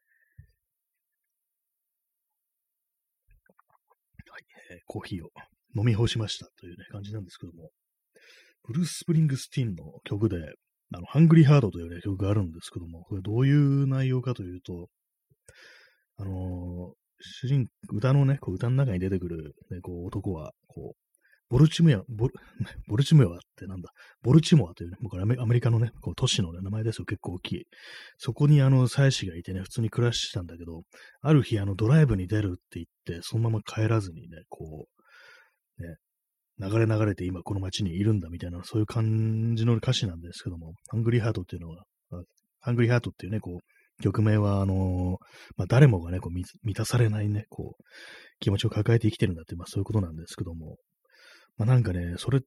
はい、コーヒーを飲み干しましたというね、感じなんですけども、ブルース・スプリングスティーンの曲で、ハングリーハードというね、曲があるんですけども、これどういう内容かというと、あのー歌のね、歌の中に出てくる、ね、男は、ボルチムヤ、ボル、ボルチムヤってなんだ、ボルチモアというね、もうこれアメリカのね、都市の、ね、名前ですよ、結構大きい。そこに妻子がいてね、普通に暮らしてたんだけど、ある日ドライブに出るって言って、そのまま帰らずにね、ね、流れて今この街にいるんだみたいな、そういう感じの歌詞なんですけども、ハングリーハートっていうのは、ハングリーハートっていうね、曲名は、まあ、誰もがね、満たされないね、気持ちを抱えて生きてるんだって、まあそういうことなんですけども、まあなんかね、それって、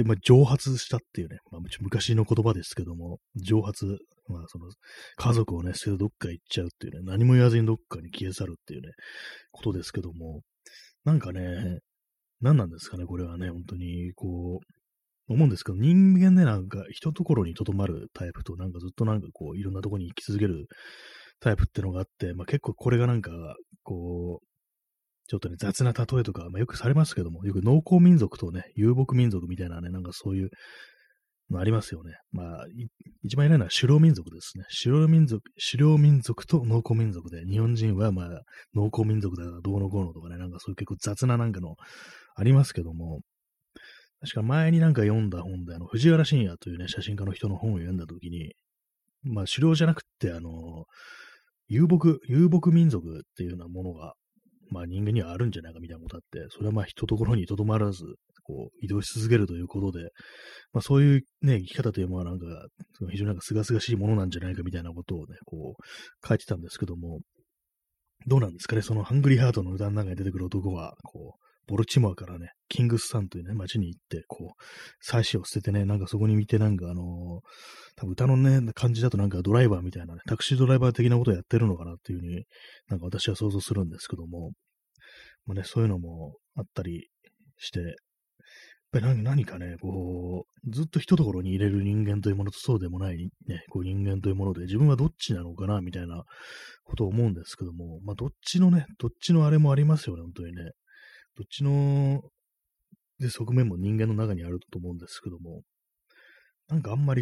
まあ蒸発したっていうね、まあ昔の言葉ですけども、蒸発、まあその、家族をね、捨ててどっか行っちゃうっていうね、何も言わずにどっかに消え去るっていうね、ことですけども、なんかね、何なんですかね、これはね、本当に、思うんですけど、人間ね、なんか、一ところに留まるタイプと、なんかずっとなんかいろんなところに行き続けるタイプってのがあって、まあ結構これがなんか、ちょっとね、雑な例えとか、まあよくされますけども、よく農耕民族とね、遊牧民族みたいなね、なんかそういうのありますよね。まあ、一番偉いのは狩猟民族ですね。狩猟民族と農耕民族で、日本人はまあ、農耕民族だからどうのこうのとかね、なんかそういう結構雑ななんかのありますけども、確か前になんか読んだ本で、藤原信也というね、写真家の人の本を読んだときに、まあ、狩猟じゃなくて、遊牧民族っていうようなものが、まあ人間にはあるんじゃないかみたいなことあって、それはまあ一ところにとどまらず、移動し続けるということで、まあそういうね、生き方というのはなんか、非常になんか清々しいものなんじゃないかみたいなことをね、書いてたんですけども、どうなんですかね、そのハングリーハートの歌の中に出てくる男は、ボルチモアからね、キングスサンというね、街に行って、妻子を捨ててね、なんかそこに見て、なんか多分歌のね、感じだとなんかドライバーみたいなね、タクシードライバー的なことをやってるのかなっていうふうに、なんか私は想像するんですけども、まあね、そういうのもあったりして、やっぱり何かね、ずっと一ところに入れる人間というものとそうでもないね、人間というもので、自分はどっちなのかな、みたいなことを思うんですけども、まあどっちのあれもありますよね、本当にね。どっちの側面も人間の中にあると思うんですけども、なんかあんまり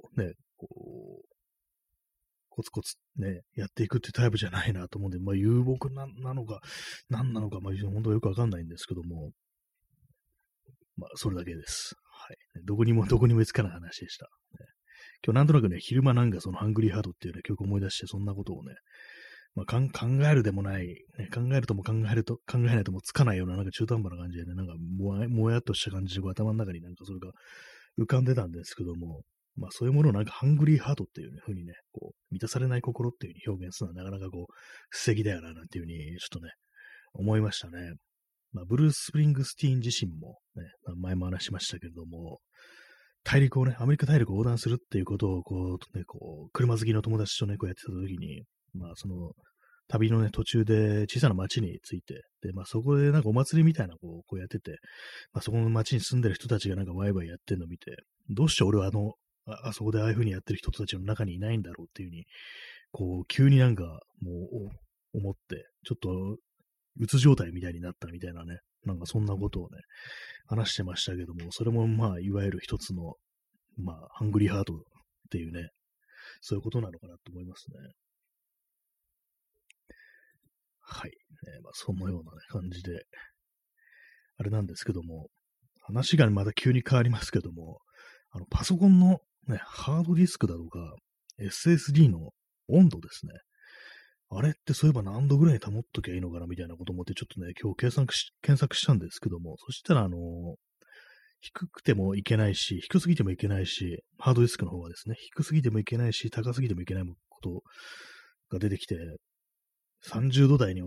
コツコツね、やっていくってタイプじゃないなと思うんで、まあ、遊牧なのか、何なのか、まあ、本当よくわかんないんですけども、まあ、それだけです。はい。どこにもつかない話でした。ね、 今日なんとなくね、昼間なんかそのハングリーハートっていうね、曲を思い出して、そんなことをね、まあ、考えるでもない、ね、考えるとも考えると、考えないともつかないような、なんか中途半端な感じでね、なんかもやっとした感じで、こう頭の中になんかそれが浮かんでたんですけども、まあそういうものをなんかハングリーハートっていうね、風にね、こう、満たされない心っていう風に表現するのはなかなかこう、素敵だよな、なんていう風に、ちょっとね、思いましたね。まあ、ブルース・スプリングスティーン自身もね、前も話しましたけれども、大陸をね、アメリカ大陸を横断するっていうことを、こう、ね、こう、車好きの友達とね、こうやってた時に、まあ、その、旅のね、途中で小さな町に着いて、で、まあ、そこでなんかお祭りみたいなこうやってて、まあ、そこの町に住んでる人たちがなんかワイワイやってるのを見て、どうして俺はあそこでああいう風にやってる人たちの中にいないんだろうっていう風に、こう、急になんか、もう、思って、ちょっと、うつ状態みたいになったみたいなね、なんかそんなことをね、話してましたけども、それもまあ、いわゆる一つの、まあ、ハングリーハートっていうね、そういうことなのかなと思いますね。はい。まあ、そのような、ね、感じで、あれなんですけども、話がまた急に変わりますけども、パソコンの、ね、ハードディスクだとか、SSD の温度ですね。あれってそういえば何度ぐらいに保っときゃいいのかなみたいなこと思って、ちょっとね、今日検索したんですけども、そしたら低くてもいけないし、低すぎてもいけないし、ハードディスクの方はですね、低すぎてもいけないし、高すぎてもいけないことが出てきて、30度台に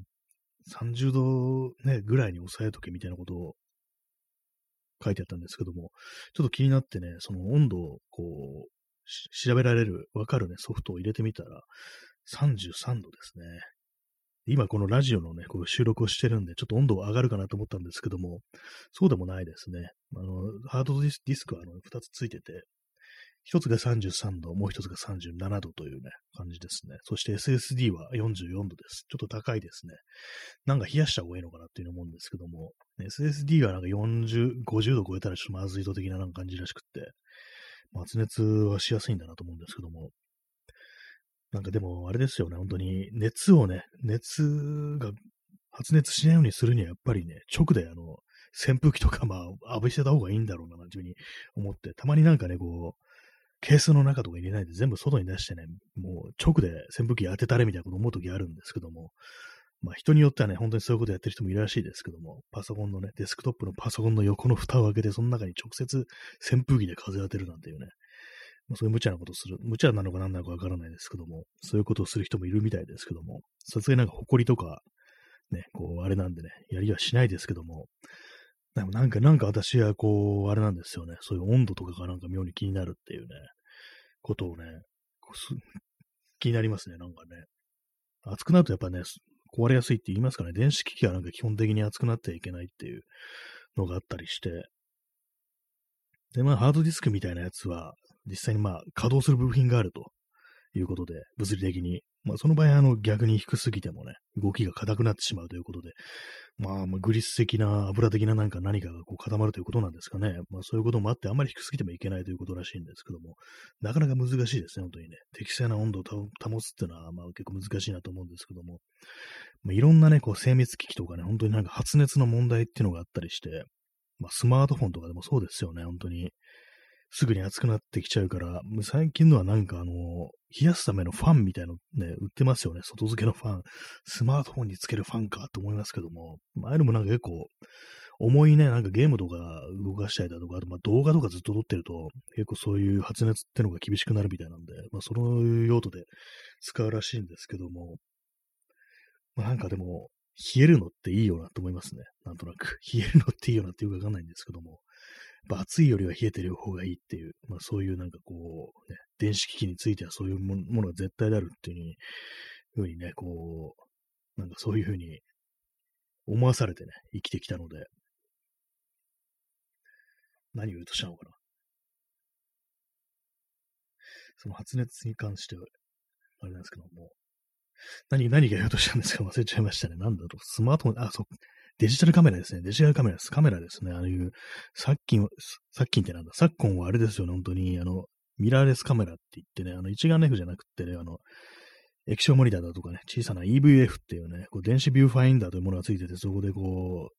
30度ね、ぐらいに抑えとけみたいなことを書いてあったんですけども、ちょっと気になってね、その温度をこう、調べられる、わかるね、ソフトを入れてみたら、33度ですね。今このラジオのね、こう収録をしてるんで、ちょっと温度上がるかなと思ったんですけども、そうでもないですね。ハードディスクは2つついてて、1つが33度、もう1つが37度というね、感じですね。そして SSD は44度です。ちょっと高いですね。なんか冷やした方がいいのかなっていうの思うんですけども、SSD はなんか40、50度超えたらちょっとまずい度的ななんか感じらしくって、発熱はしやすいんだなと思うんですけども、なんかでも、あれですよね、本当に、熱が発熱しないようにするには、やっぱりね、直で扇風機とか、まあ、浴びせた方がいいんだろうな、なんていうふうに思って、たまになんかね、こう、ケースの中とか入れないで全部外に出してね、もう直で扇風機当てたれみたいなこと思うときあるんですけども、まあ人によってはね、本当にそういうことやってる人もいるらしいですけども、パソコンのね、デスクトップのパソコンの横の蓋を開けて、その中に直接扇風機で風を当てるなんていうね、まあ、そういう無茶なことする、無茶なのか何なのかわからないですけども、そういうことをする人もいるみたいですけども、さすがになんか埃とか、ね、こう、あれなんでね、やりはしないですけども、でもなんか私はこう、あれなんですよね、そういう温度とかがなんか妙に気になるっていうね、ことをね、こう気になりますね、なんかね。熱くなるとやっぱね、壊れやすいって言いますかね、電子機器はなんか基本的に熱くなってはいけないっていうのがあったりして、で、まあ、ハードディスクみたいなやつは、実際にまあ、稼働する部品があるということで、物理的に。まあ、その場合、逆に低すぎてもね、動きが硬くなってしまうということで、まあ、グリス的な、油的な何かがこう固まるということなんですかね。まあ、そういうこともあって、あんまり低すぎてもいけないということらしいんですけども、なかなか難しいですね、本当にね。適正な温度を保つっていうのは、まあ、結構難しいなと思うんですけども、まあ、いろんなね、こう、精密機器とかね、本当になんか発熱の問題っていうのがあったりして、まあ、スマートフォンとかでもそうですよね、本当に。すぐに熱くなってきちゃうから、最近のはなんか冷やすためのファンみたいのね、売ってますよね。外付けのファン。スマートフォンにつけるファンかと思いますけども、ああいうのもなんか結構、重いね、なんかゲームとか動かしたりだとか、あとまあ動画とかずっと撮ってると、結構そういう発熱ってのが厳しくなるみたいなんで、まあその用途で使うらしいんですけども、まあなんかでも、冷えるのっていいよなと思いますね。なんとなく。冷えるのっていいよなってよくわかんないんですけども。暑いよりは冷えてる方がいいっていう、まあそういうなんかこう、ね、電子機器についてはそういうものが絶対であるっていうふうにね、こう、なんかそういうふうに思わされてね、生きてきたので、何を言うとしたのかな。その発熱に関しては、あれなんですけども、何が言おうとしたんですか忘れちゃいましたね。なんだろう、スマートフォン、そう、デジタルカメラですね。デジタルカメラです。カメラですね。ああいう、さっきってなんだ、昨今はあれですよね、本当に、ミラーレスカメラって言ってね、一眼レフじゃなくってね、液晶モニターだとかね、小さな EVF っていうね、こう電子ビューファインダーというものがついてて、そこでこう、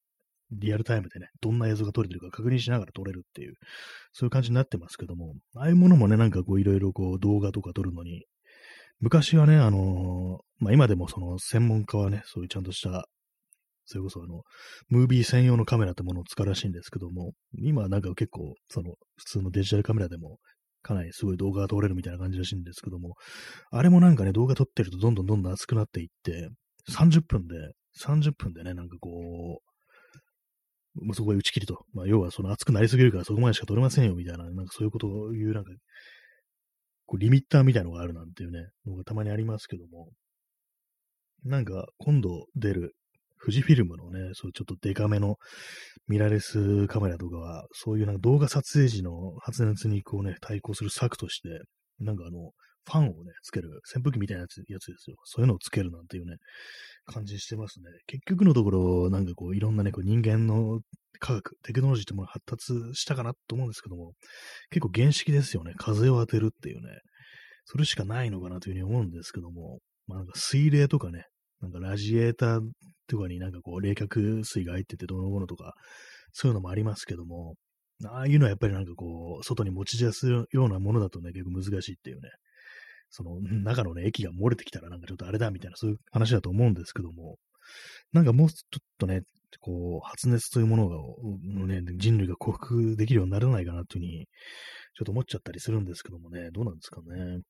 リアルタイムでね、どんな映像が撮れてるか確認しながら撮れるっていう、そういう感じになってますけども、ああいうものもね、なんかこういろいろこう動画とか撮るのに、昔はね、今でもその専門家はね、そういうちゃんとした、それこそムービー専用のカメラってものを使うらしいんですけども、今はなんか結構、普通のデジタルカメラでも、かなりすごい動画が撮れるみたいな感じらしいんですけども、あれもなんかね、動画撮ってるとどんどんどんどん熱くなっていって、30分で、30分でね、なんかこう、もうそこへ打ち切りと。要はその熱くなりすぎるからそこまでしか撮れませんよみたいな、なんかそういうことを言う、なんか、こうリミッターみたいなのがあるなんていうね、のがたまにありますけども、なんか今度出る富士フィルムのね、そういうちょっとデカめのミラーレスカメラとかは、そういうなんか動画撮影時の発熱にこうね、対抗する策として、なんかファンをね、つける、扇風機みたいなやつですよ。そういうのをつけるなんていうね、感じしてますね。結局のところ、なんかこう、いろんなね、こう人間の科学、テクノロジーってものが発達したかなと思うんですけども、結構原式ですよね。風を当てるっていうね。それしかないのかなというふうに思うんですけども、なんか水冷とかね、なんかラジエーターとかになんかこう冷却水が入っててどうのこうのとか、そういうのもありますけども、ああいうのはやっぱりなんかこう、外に持ち出すようなものだとね、結構難しいっていうね、その中のね、液が漏れてきたらなんかちょっとあれだみたいな、そういう話だと思うんですけども、なんかもうちょっとね、こう、発熱というものが、ね、人類が克服できるようにならないかなというふうに、ちょっと思っちゃったりするんですけどもね、どうなんですかね。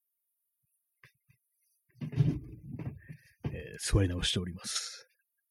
座り直しております。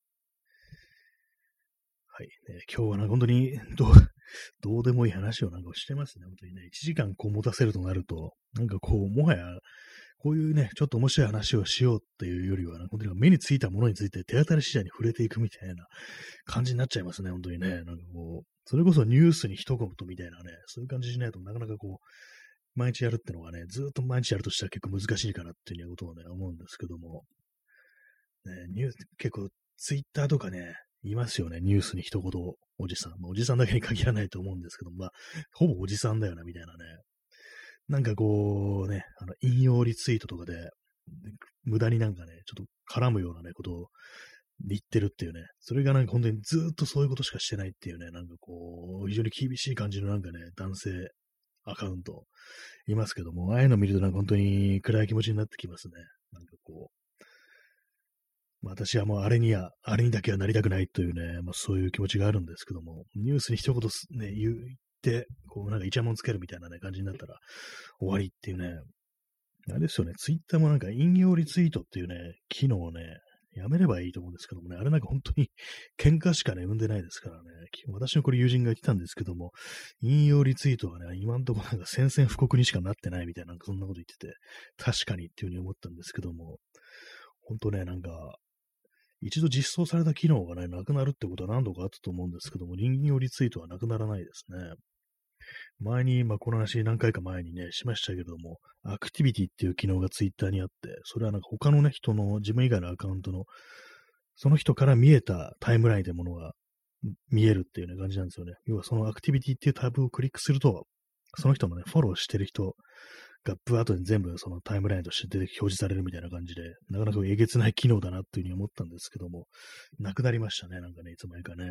はい。今日は本当にどうでもいい話をなんかしてますね。本当にね、1時間こう持たせるとなると、なんかこう、もはや、こういうね、ちょっと面白い話をしようっていうよりは、本当に目についたものについて手当たり次第に触れていくみたいな感じになっちゃいますね、本当にね。なんかこう、それこそニュースに一言みたいなね、そういう感じしないとなかなかこう、毎日やるってのがね、ずっと毎日やるとしたら結構難しいかなっていうことをね、思うんですけども、ね、結構ツイッターとかね、いますよね、ニュースに一言おじさん。おじさんだけに限らないと思うんですけど、ほぼおじさんだよな、みたいなね。なんかこうね、引用リツイートとかで、無駄になんかね、ちょっと絡むようなね、ことを言ってるっていうね、それがなんか本当にずっとそういうことしかしてないっていうね、なんかこう、非常に厳しい感じのなんかね、男性アカウントいますけども、ああいうの見るとなんか本当に暗い気持ちになってきますね。なんかこう、私はもうあれにだけはなりたくないというね、そういう気持ちがあるんですけども、ニュースに一言ね、言って、こうなんかイチャモンつけるみたいなね、感じになったら終わりっていうね、あれですよね、ツイッターもなんか引用リツイートっていうね、機能をね、やめればいいと思うんですけどもね、あれなんか本当に喧嘩しかね、生んでないですからね、私のこれ友人が言ってたんですけども、引用リツイートはね、今んとこなんか宣戦布告にしかなってないみたいな、なんかそんなこと言ってて、確かにっていうふうに思ったんですけども、本当ね、なんか、一度実装された機能がね、なくなるってことは何度かあったと思うんですけども、引用リツイートはなくならないですね。前に、この話何回か前にね、しましたけれども、アクティビティっていう機能がツイッターにあって、それはなんか他のね、人の自分以外のアカウントの、その人から見えたタイムラインというものが見えるっていうね、感じなんですよね。要はそのアクティビティっていうタブをクリックすると、その人のね、フォローしてる人がブワーッと全部そのタイムラインとして表示されるみたいな感じで、なかなかえげつない機能だなっていうふうに思ったんですけども、なくなりましたね、なんかね、いつの間にかね。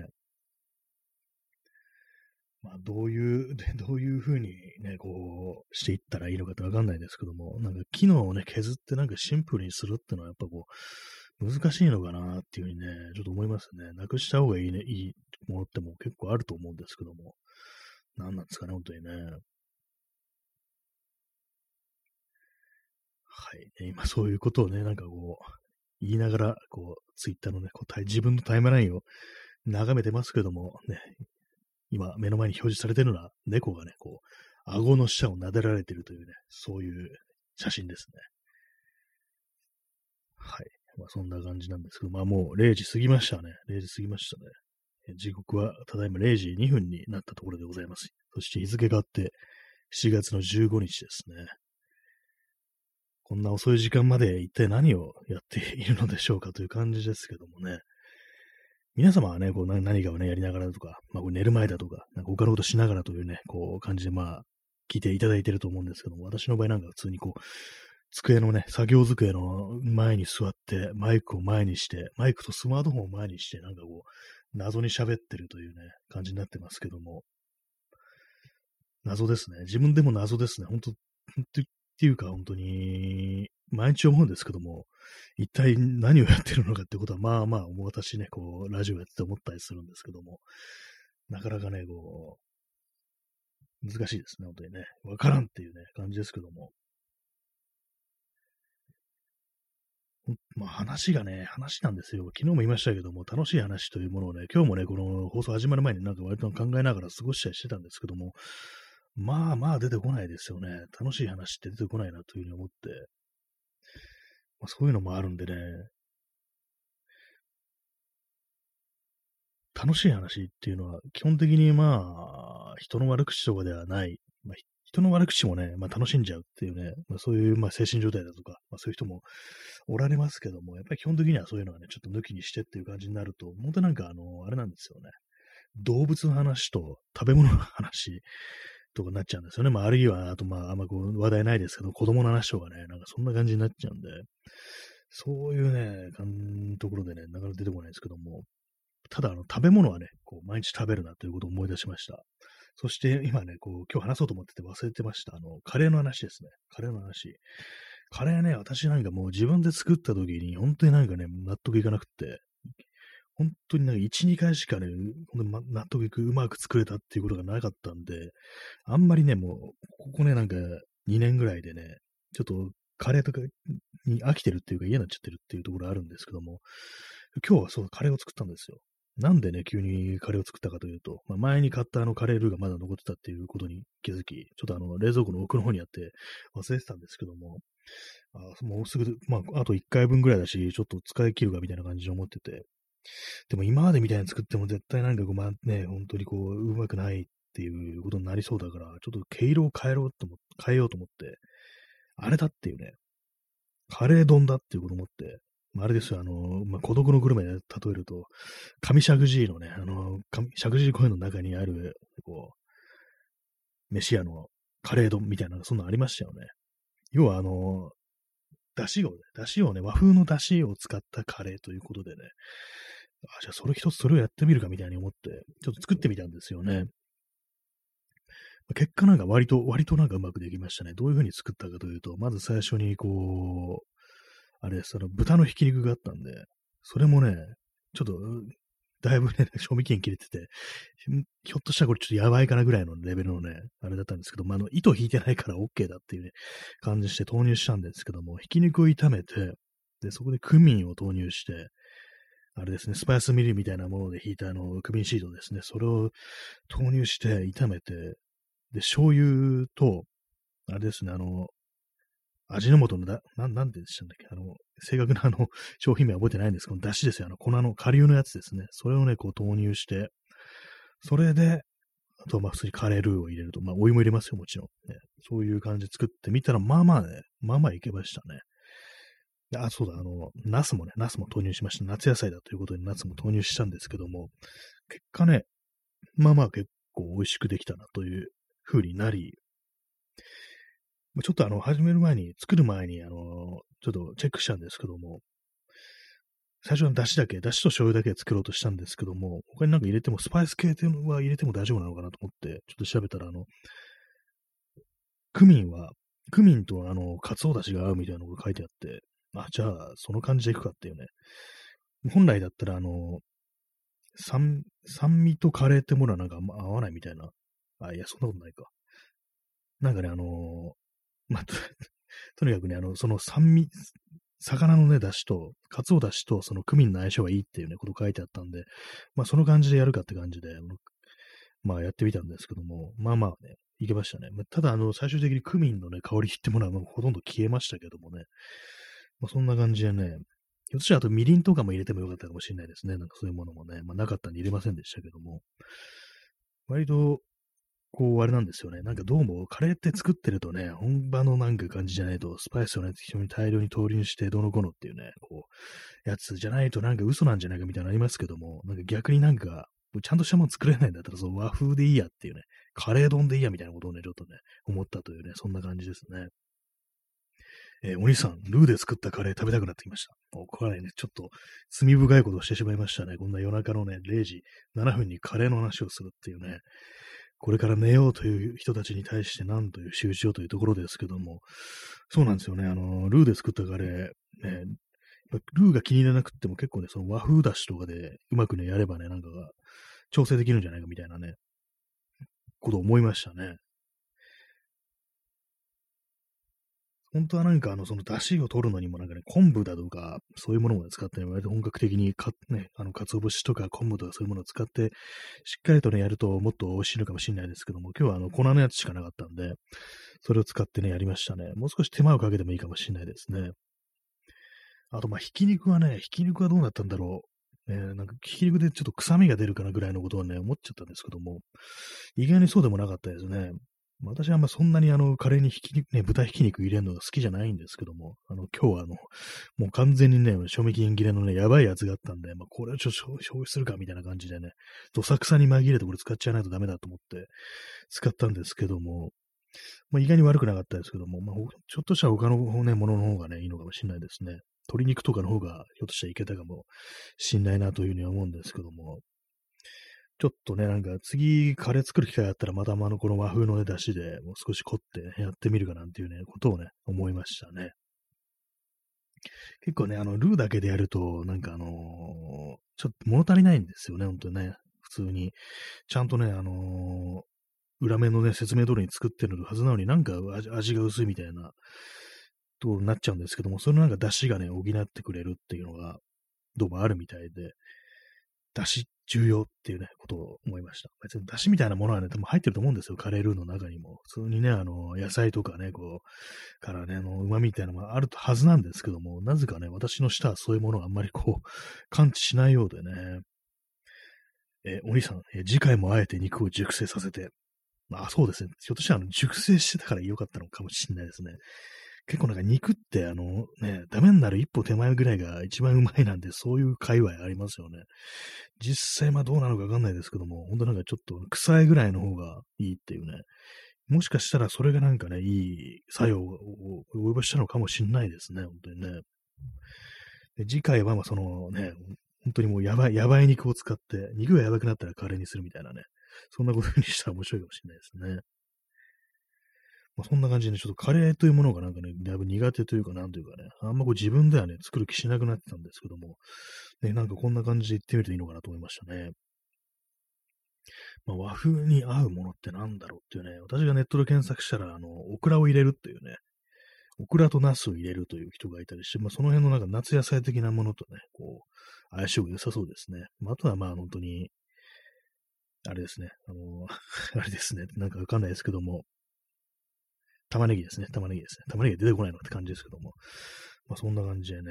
どういう、どういうふうにね、こう、していったらいいのかってわかんないですけども、なんか機能をね、削ってなんかシンプルにするっていうのはやっぱこう、難しいのかなっていうふうにね、ちょっと思いますね。なくした方がいいね、いいものっても結構あると思うんですけども、なんなんですかね、本当にね。はい。今そういうことをね、なんかこう、言いながら、こう、ツイッターのね、自分のタイムラインを眺めてますけども、ね、今目の前に表示されてるのは猫がね、こう、顎の下を撫でられてるというね、そういう写真ですね。はい。そんな感じなんですけど、もう0時過ぎましたね。0時過ぎましたね。時刻はただいま0時2分になったところでございます。そして日付があって7月の15日ですね。こんな遅い時間まで一体何をやっているのでしょうかという感じですけどもね。皆様はね、こう何かをね、やりながらとか、こう寝る前だとか、なんか他のことしながらというね、こう感じで聞いていただいていると思うんですけども、私の場合なんか普通にこう、机のね、作業机の前に座って、マイクを前にして、マイクとスマートフォンを前にして、なんかこ謎に喋ってるというね、感じになってますけども、謎ですね。自分でも謎ですね。本当っていうか、本当に、毎日思うんですけども、一体何をやってるのかってことは、まあまあ、私ね、ラジオやってて思ったりするんですけども、なかなかね、難しいですね、本当にね。わからんっていうね、感じですけども。話がね、話なんですよ。昨日も言いましたけども、楽しい話というものをね、今日もね、この放送始まる前になんか割と考えながら過ごしたりしてたんですけども、まあまあ出てこないですよね。楽しい話って出てこないなというふうに思って、そういうのもあるんでね、楽しい話っていうのは基本的に人の悪口とかではない。人の悪口もね、楽しんじゃうっていうね、そういう精神状態だとか、そういう人もおられますけども、やっぱり基本的にはそういうのはね、ちょっと抜きにしてっていう感じになると、本当なんかあれなんですよね。動物の話と食べ物の話とかになっちゃうんですよね。あるいは、あとあんま話題ないですけど、子供の話とかね、なんかそんな感じになっちゃうんで、そういうね、ところでね、なかなか出てこないんですけども、ただ食べ物はね、毎日食べるなということを思い出しました。そして今ね、今日話そうと思ってて忘れてました。カレーの話ですね。カレーの話。カレーね、私なんかもう自分で作った時に、本当になんかね、納得いかなくって、本当になんか1、2回しかね、ほんと納得いく、うまく作れたっていうことがなかったんで、あんまりね、もう、ここね、なんか2年ぐらいでね、ちょっとカレーとかに飽きてるっていうか嫌になっちゃってるっていうところあるんですけども、今日はそうカレーを作ったんですよ。なんでね、急にカレーを作ったかというと、前に買ったカレールーがまだ残ってたっていうことに気づき、ちょっと冷蔵庫の奥の方にあって忘れてたんですけども、もうすぐ、あと1回分ぐらいだし、ちょっと使い切るかみたいな感じで思ってて、でも今までみたいに作っても絶対なんか本当にうまくないっていうことになりそうだから、ちょっと毛色を変えようと思って、あれだっていうね、カレー丼だっていうことを思って、あれですよ、孤独のグルメで例えると、上石神井のね、石神井公園の中にある、飯屋のカレー丼みたいな、そんなのありましたよね。要は出汁をね、和風の出汁を使ったカレーということでね、じゃあそれをやってみるかみたいに思って、ちょっと作ってみたんですよね。結果なんか割となんかうまくできましたね。どういう風に作ったかというと、まず最初にあれです、豚のひき肉があったんで、それもね、ちょっと、だいぶね、賞味期限切れてて、ひょっとしたらこれちょっとやばいかなぐらいのレベルのね、あれだったんですけど、糸引いてないから OK だっていうね、感じして投入したんですけども、ひき肉を炒めて、で、そこでクミンを投入して、あれですね、スパイスミルみたいなもので引いたクミンシードですね、それを投入して炒めて、で、醤油と、あれですね、味の素のなんでしたんだっけ正確な商品名は覚えてないんですけど、出汁ですよ。粉の顆粒のやつですね。それをね、投入して、それで、あと普通にカレールーを入れると、お湯も入れますよ、もちろん。ね、そういう感じで作ってみたら、まあまあいけましたね。そうだ、ナスも投入しました。夏野菜だということで、ナスも投入したんですけども、結果ね、まあまあ結構美味しくできたなという風になり、ちょっと作る前に、ちょっとチェックしたんですけども、最初は出汁と醤油だけで作ろうとしたんですけども、他になんか入れても、スパイス系っていうのは入れても大丈夫なのかなと思って、ちょっと調べたら、クミンは、クミンと鰹だしが合うみたいなのが書いてあって、じゃあ、その感じでいくかっていうね。本来だったら、酸味とカレーってものはなんかあんま合わないみたいな。いや、そんなことないか。なんかね、とにかくね、その魚のね、出汁と、鰹出汁とそのクミンの相性がいいっていうね、こと書いてあったんで、その感じでやるかって感じで、やってみたんですけども、まあまあね、いけましたね。ただ、最終的にクミンのね、香りってものはもうほとんど消えましたけどもね、そんな感じでね、ひょっとしたらあとみりんとかも入れてもよかったかもしれないですね。なんかそういうものもね、なかったんで入れませんでしたけども、割とあれなんですよね。なんかどうも、カレーって作ってるとね、本場のなんか感じじゃないと、スパイスをね、非常に大量に投入して、どうのこうのっていうね、やつじゃないとなんか嘘なんじゃないかみたいなのありますけども、なんか逆になんか、ちゃんとしたもの作れないんだったら、和風でいいやっていうね、カレー丼でいいやみたいなことをね、ちょっとね、思ったというね、そんな感じですね。 お兄さん、ルーで作ったカレー食べたくなってきました。これはね、ちょっと罪深いことをしてしまいましたね。こんな夜中のね、0時7分にカレーの話をするっていうね、これから寝ようという人たちに対して何という仕打ちをというところですけども、そうなんですよね。ルーで作ったカレー、ね、ルーが気に入らなくっても結構ね、その和風だしとかでうまくね、やればね、なんかが調整できるんじゃないかみたいなね、ことを思いましたね。本当はなんかその出汁を取るのにもなんかね、昆布だとか、そういうものも使ってね、割と本格的にね、鰹節とか昆布とかそういうものを使って、しっかりとね、やるともっと美味しいのかもしれないですけども、今日は粉のやつしかなかったんで、それを使ってね、やりましたね。もう少し手間をかけてもいいかもしれないですね。あと、まあ、ひき肉はどうなったんだろう。なんか、ひき肉でちょっと臭みが出るかなぐらいのことをね、思っちゃったんですけども、意外にそうでもなかったですね。私はそんなにカレーにひき肉、ね、豚ひき肉入れるのが好きじゃないんですけども、今日はもう完全にね、賞味期限切れのね、やばいやつがあったんで、まあ、これをちょっと消費するかみたいな感じでね、どさくさに紛れてこれ使っちゃわないとダメだと思って使ったんですけども、まあ、意外に悪くなかったですけども、まあ、ちょっとした他のね、ものの方がね、いいのかもしれないですね。鶏肉とかの方がひょっとしたらいけたかもしんないなというふうに思うんですけども、ちょっとね、なんか次カレー作る機会があったらまたこの和風のね、出汁でもう少し凝ってねやってみるかなんていうね、ことをね、思いましたね。結構ね、ルーだけでやると、なんかちょっと物足りないんですよね、ほんとね。普通に。ちゃんとね、裏面のね、説明通りに作ってるはずなのになんか味が薄いみたいなとなっちゃうんですけども、それなんか出汁がね、補ってくれるっていうのが、どうもあるみたいで、出汁重要っていうね、ことを思いました。別に出汁みたいなものはね、多分入ってると思うんですよ。カレールーの中にも。普通にね、野菜とかね、こう、からね、旨味みたいなのがあるはずなんですけども、なぜかね、私の舌はそういうものをあんまりこう、感知しないようでね。お兄さん、次回もあえて肉を熟成させて、あ、そうですね。ひょっとしたら熟成してたから良かったのかもしれないですね。結構なんか肉ってね、ダメになる一歩手前ぐらいが一番うまいなんで、そういう界隈ありますよね。実際まあどうなのかわかんないですけども、ほんとなんかちょっと臭いぐらいの方がいいっていうね。もしかしたらそれがなんかね、いい作用を及ぼしたのかもしんないですね、ほんとにね。で次回はまあそのね、本当にもうやばい肉を使って、肉がやばくなったらカレーにするみたいなね。そんなことにしたら面白いかもしれないですね。まあ、そんな感じで、ちょっとカレーというものがなんかね、だいぶ苦手というか、なんというかね、あんまこう自分ではね、作る気しなくなってたんですけども、ね、なんかこんな感じで言ってみるといいのかなと思いましたね。まあ、和風に合うものってなんだろうっていうね、私がネットで検索したら、オクラを入れるっていうね、オクラとナスを入れるという人がいたりして、まあ、その辺のなんか夏野菜的なものとね、こう、相性が良さそうですね。まあ、あとはまあ本当に、あれですね、あれですね、なんかわかんないですけども、玉ねぎですね。玉ねぎですね。玉ねぎが出てこないのって感じですけども。まあそんな感じでね。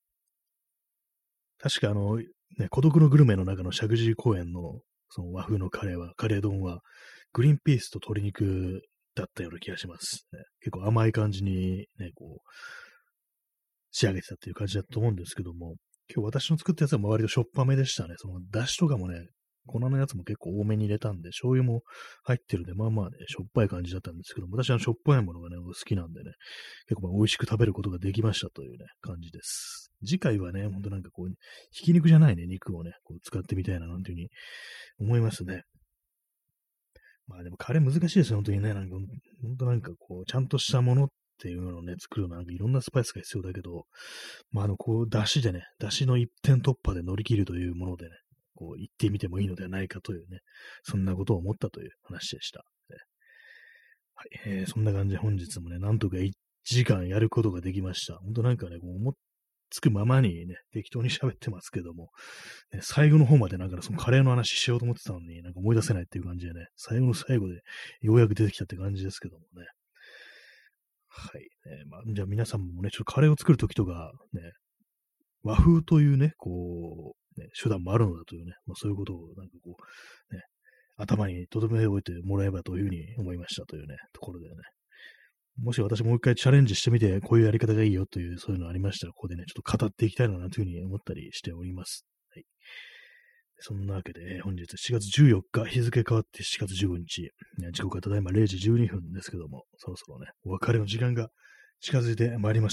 確か孤独のグルメの中の石神井公園のその和風のカレー丼は、グリーンピースと鶏肉だったような気がします、ね。結構甘い感じにね、こう、仕上げてたっていう感じだと思うんですけども、今日私の作ったやつは割としょっぱめでしたね。その、出汁とかもね、粉のやつも結構多めに入れたんで、醤油も入ってるんで、まあまあね、しょっぱい感じだったんですけども、私はしょっぱいものがね、好きなんでね、結構まあ美味しく食べることができましたというね、感じです。次回はね、ほんとなんかこう、ひき肉じゃないね、肉をね、こう使ってみたいな、なんていうふうに思いますね。まあでもカレー難しいですよ、本当にね。なんか、本当なんかこう、ちゃんとしたものっていうのをね、作るのはなんかいろんなスパイスが必要だけど、まあこう、出汁でね、出汁の一点突破で乗り切るというものでね、こう、言ってみてもいいのではないかというね、そんなことを思ったという話でした。はい、そんな感じで本日もね、なんとか1時間やることができました。本当なんかね、こう思っつくままにね、適当に喋ってますけども、ね、最後の方までなんかそのカレーの話しようと思ってたのに、なんか思い出せないっていう感じでね、最後の最後でようやく出てきたって感じですけどもね。はい。まあ、じゃあ皆さんもね、ちょっとカレーを作るときとか、ね、和風というね、こう、ね、手段もあるのだというね、まあそういうことをなんかこう、ね、頭に留めておいてもらえばというふうに思いましたというね、ところでね。もし私もう一回チャレンジしてみて、こういうやり方がいいよという、そういうのありましたら、ここでね、ちょっと語っていきたいなというふうに思ったりしております。はい。そんなわけで、本日7月14日、日付変わって7月15日、ね、時刻はただいま0時12分ですけども、そろそろね、お別れの時間が近づいてまいりました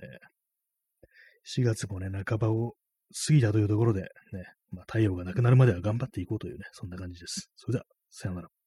。4月もね、半ばを過ぎたというところで、ね、まあ、太陽がなくなるまでは頑張っていこうというね、そんな感じです。それでは、さようなら。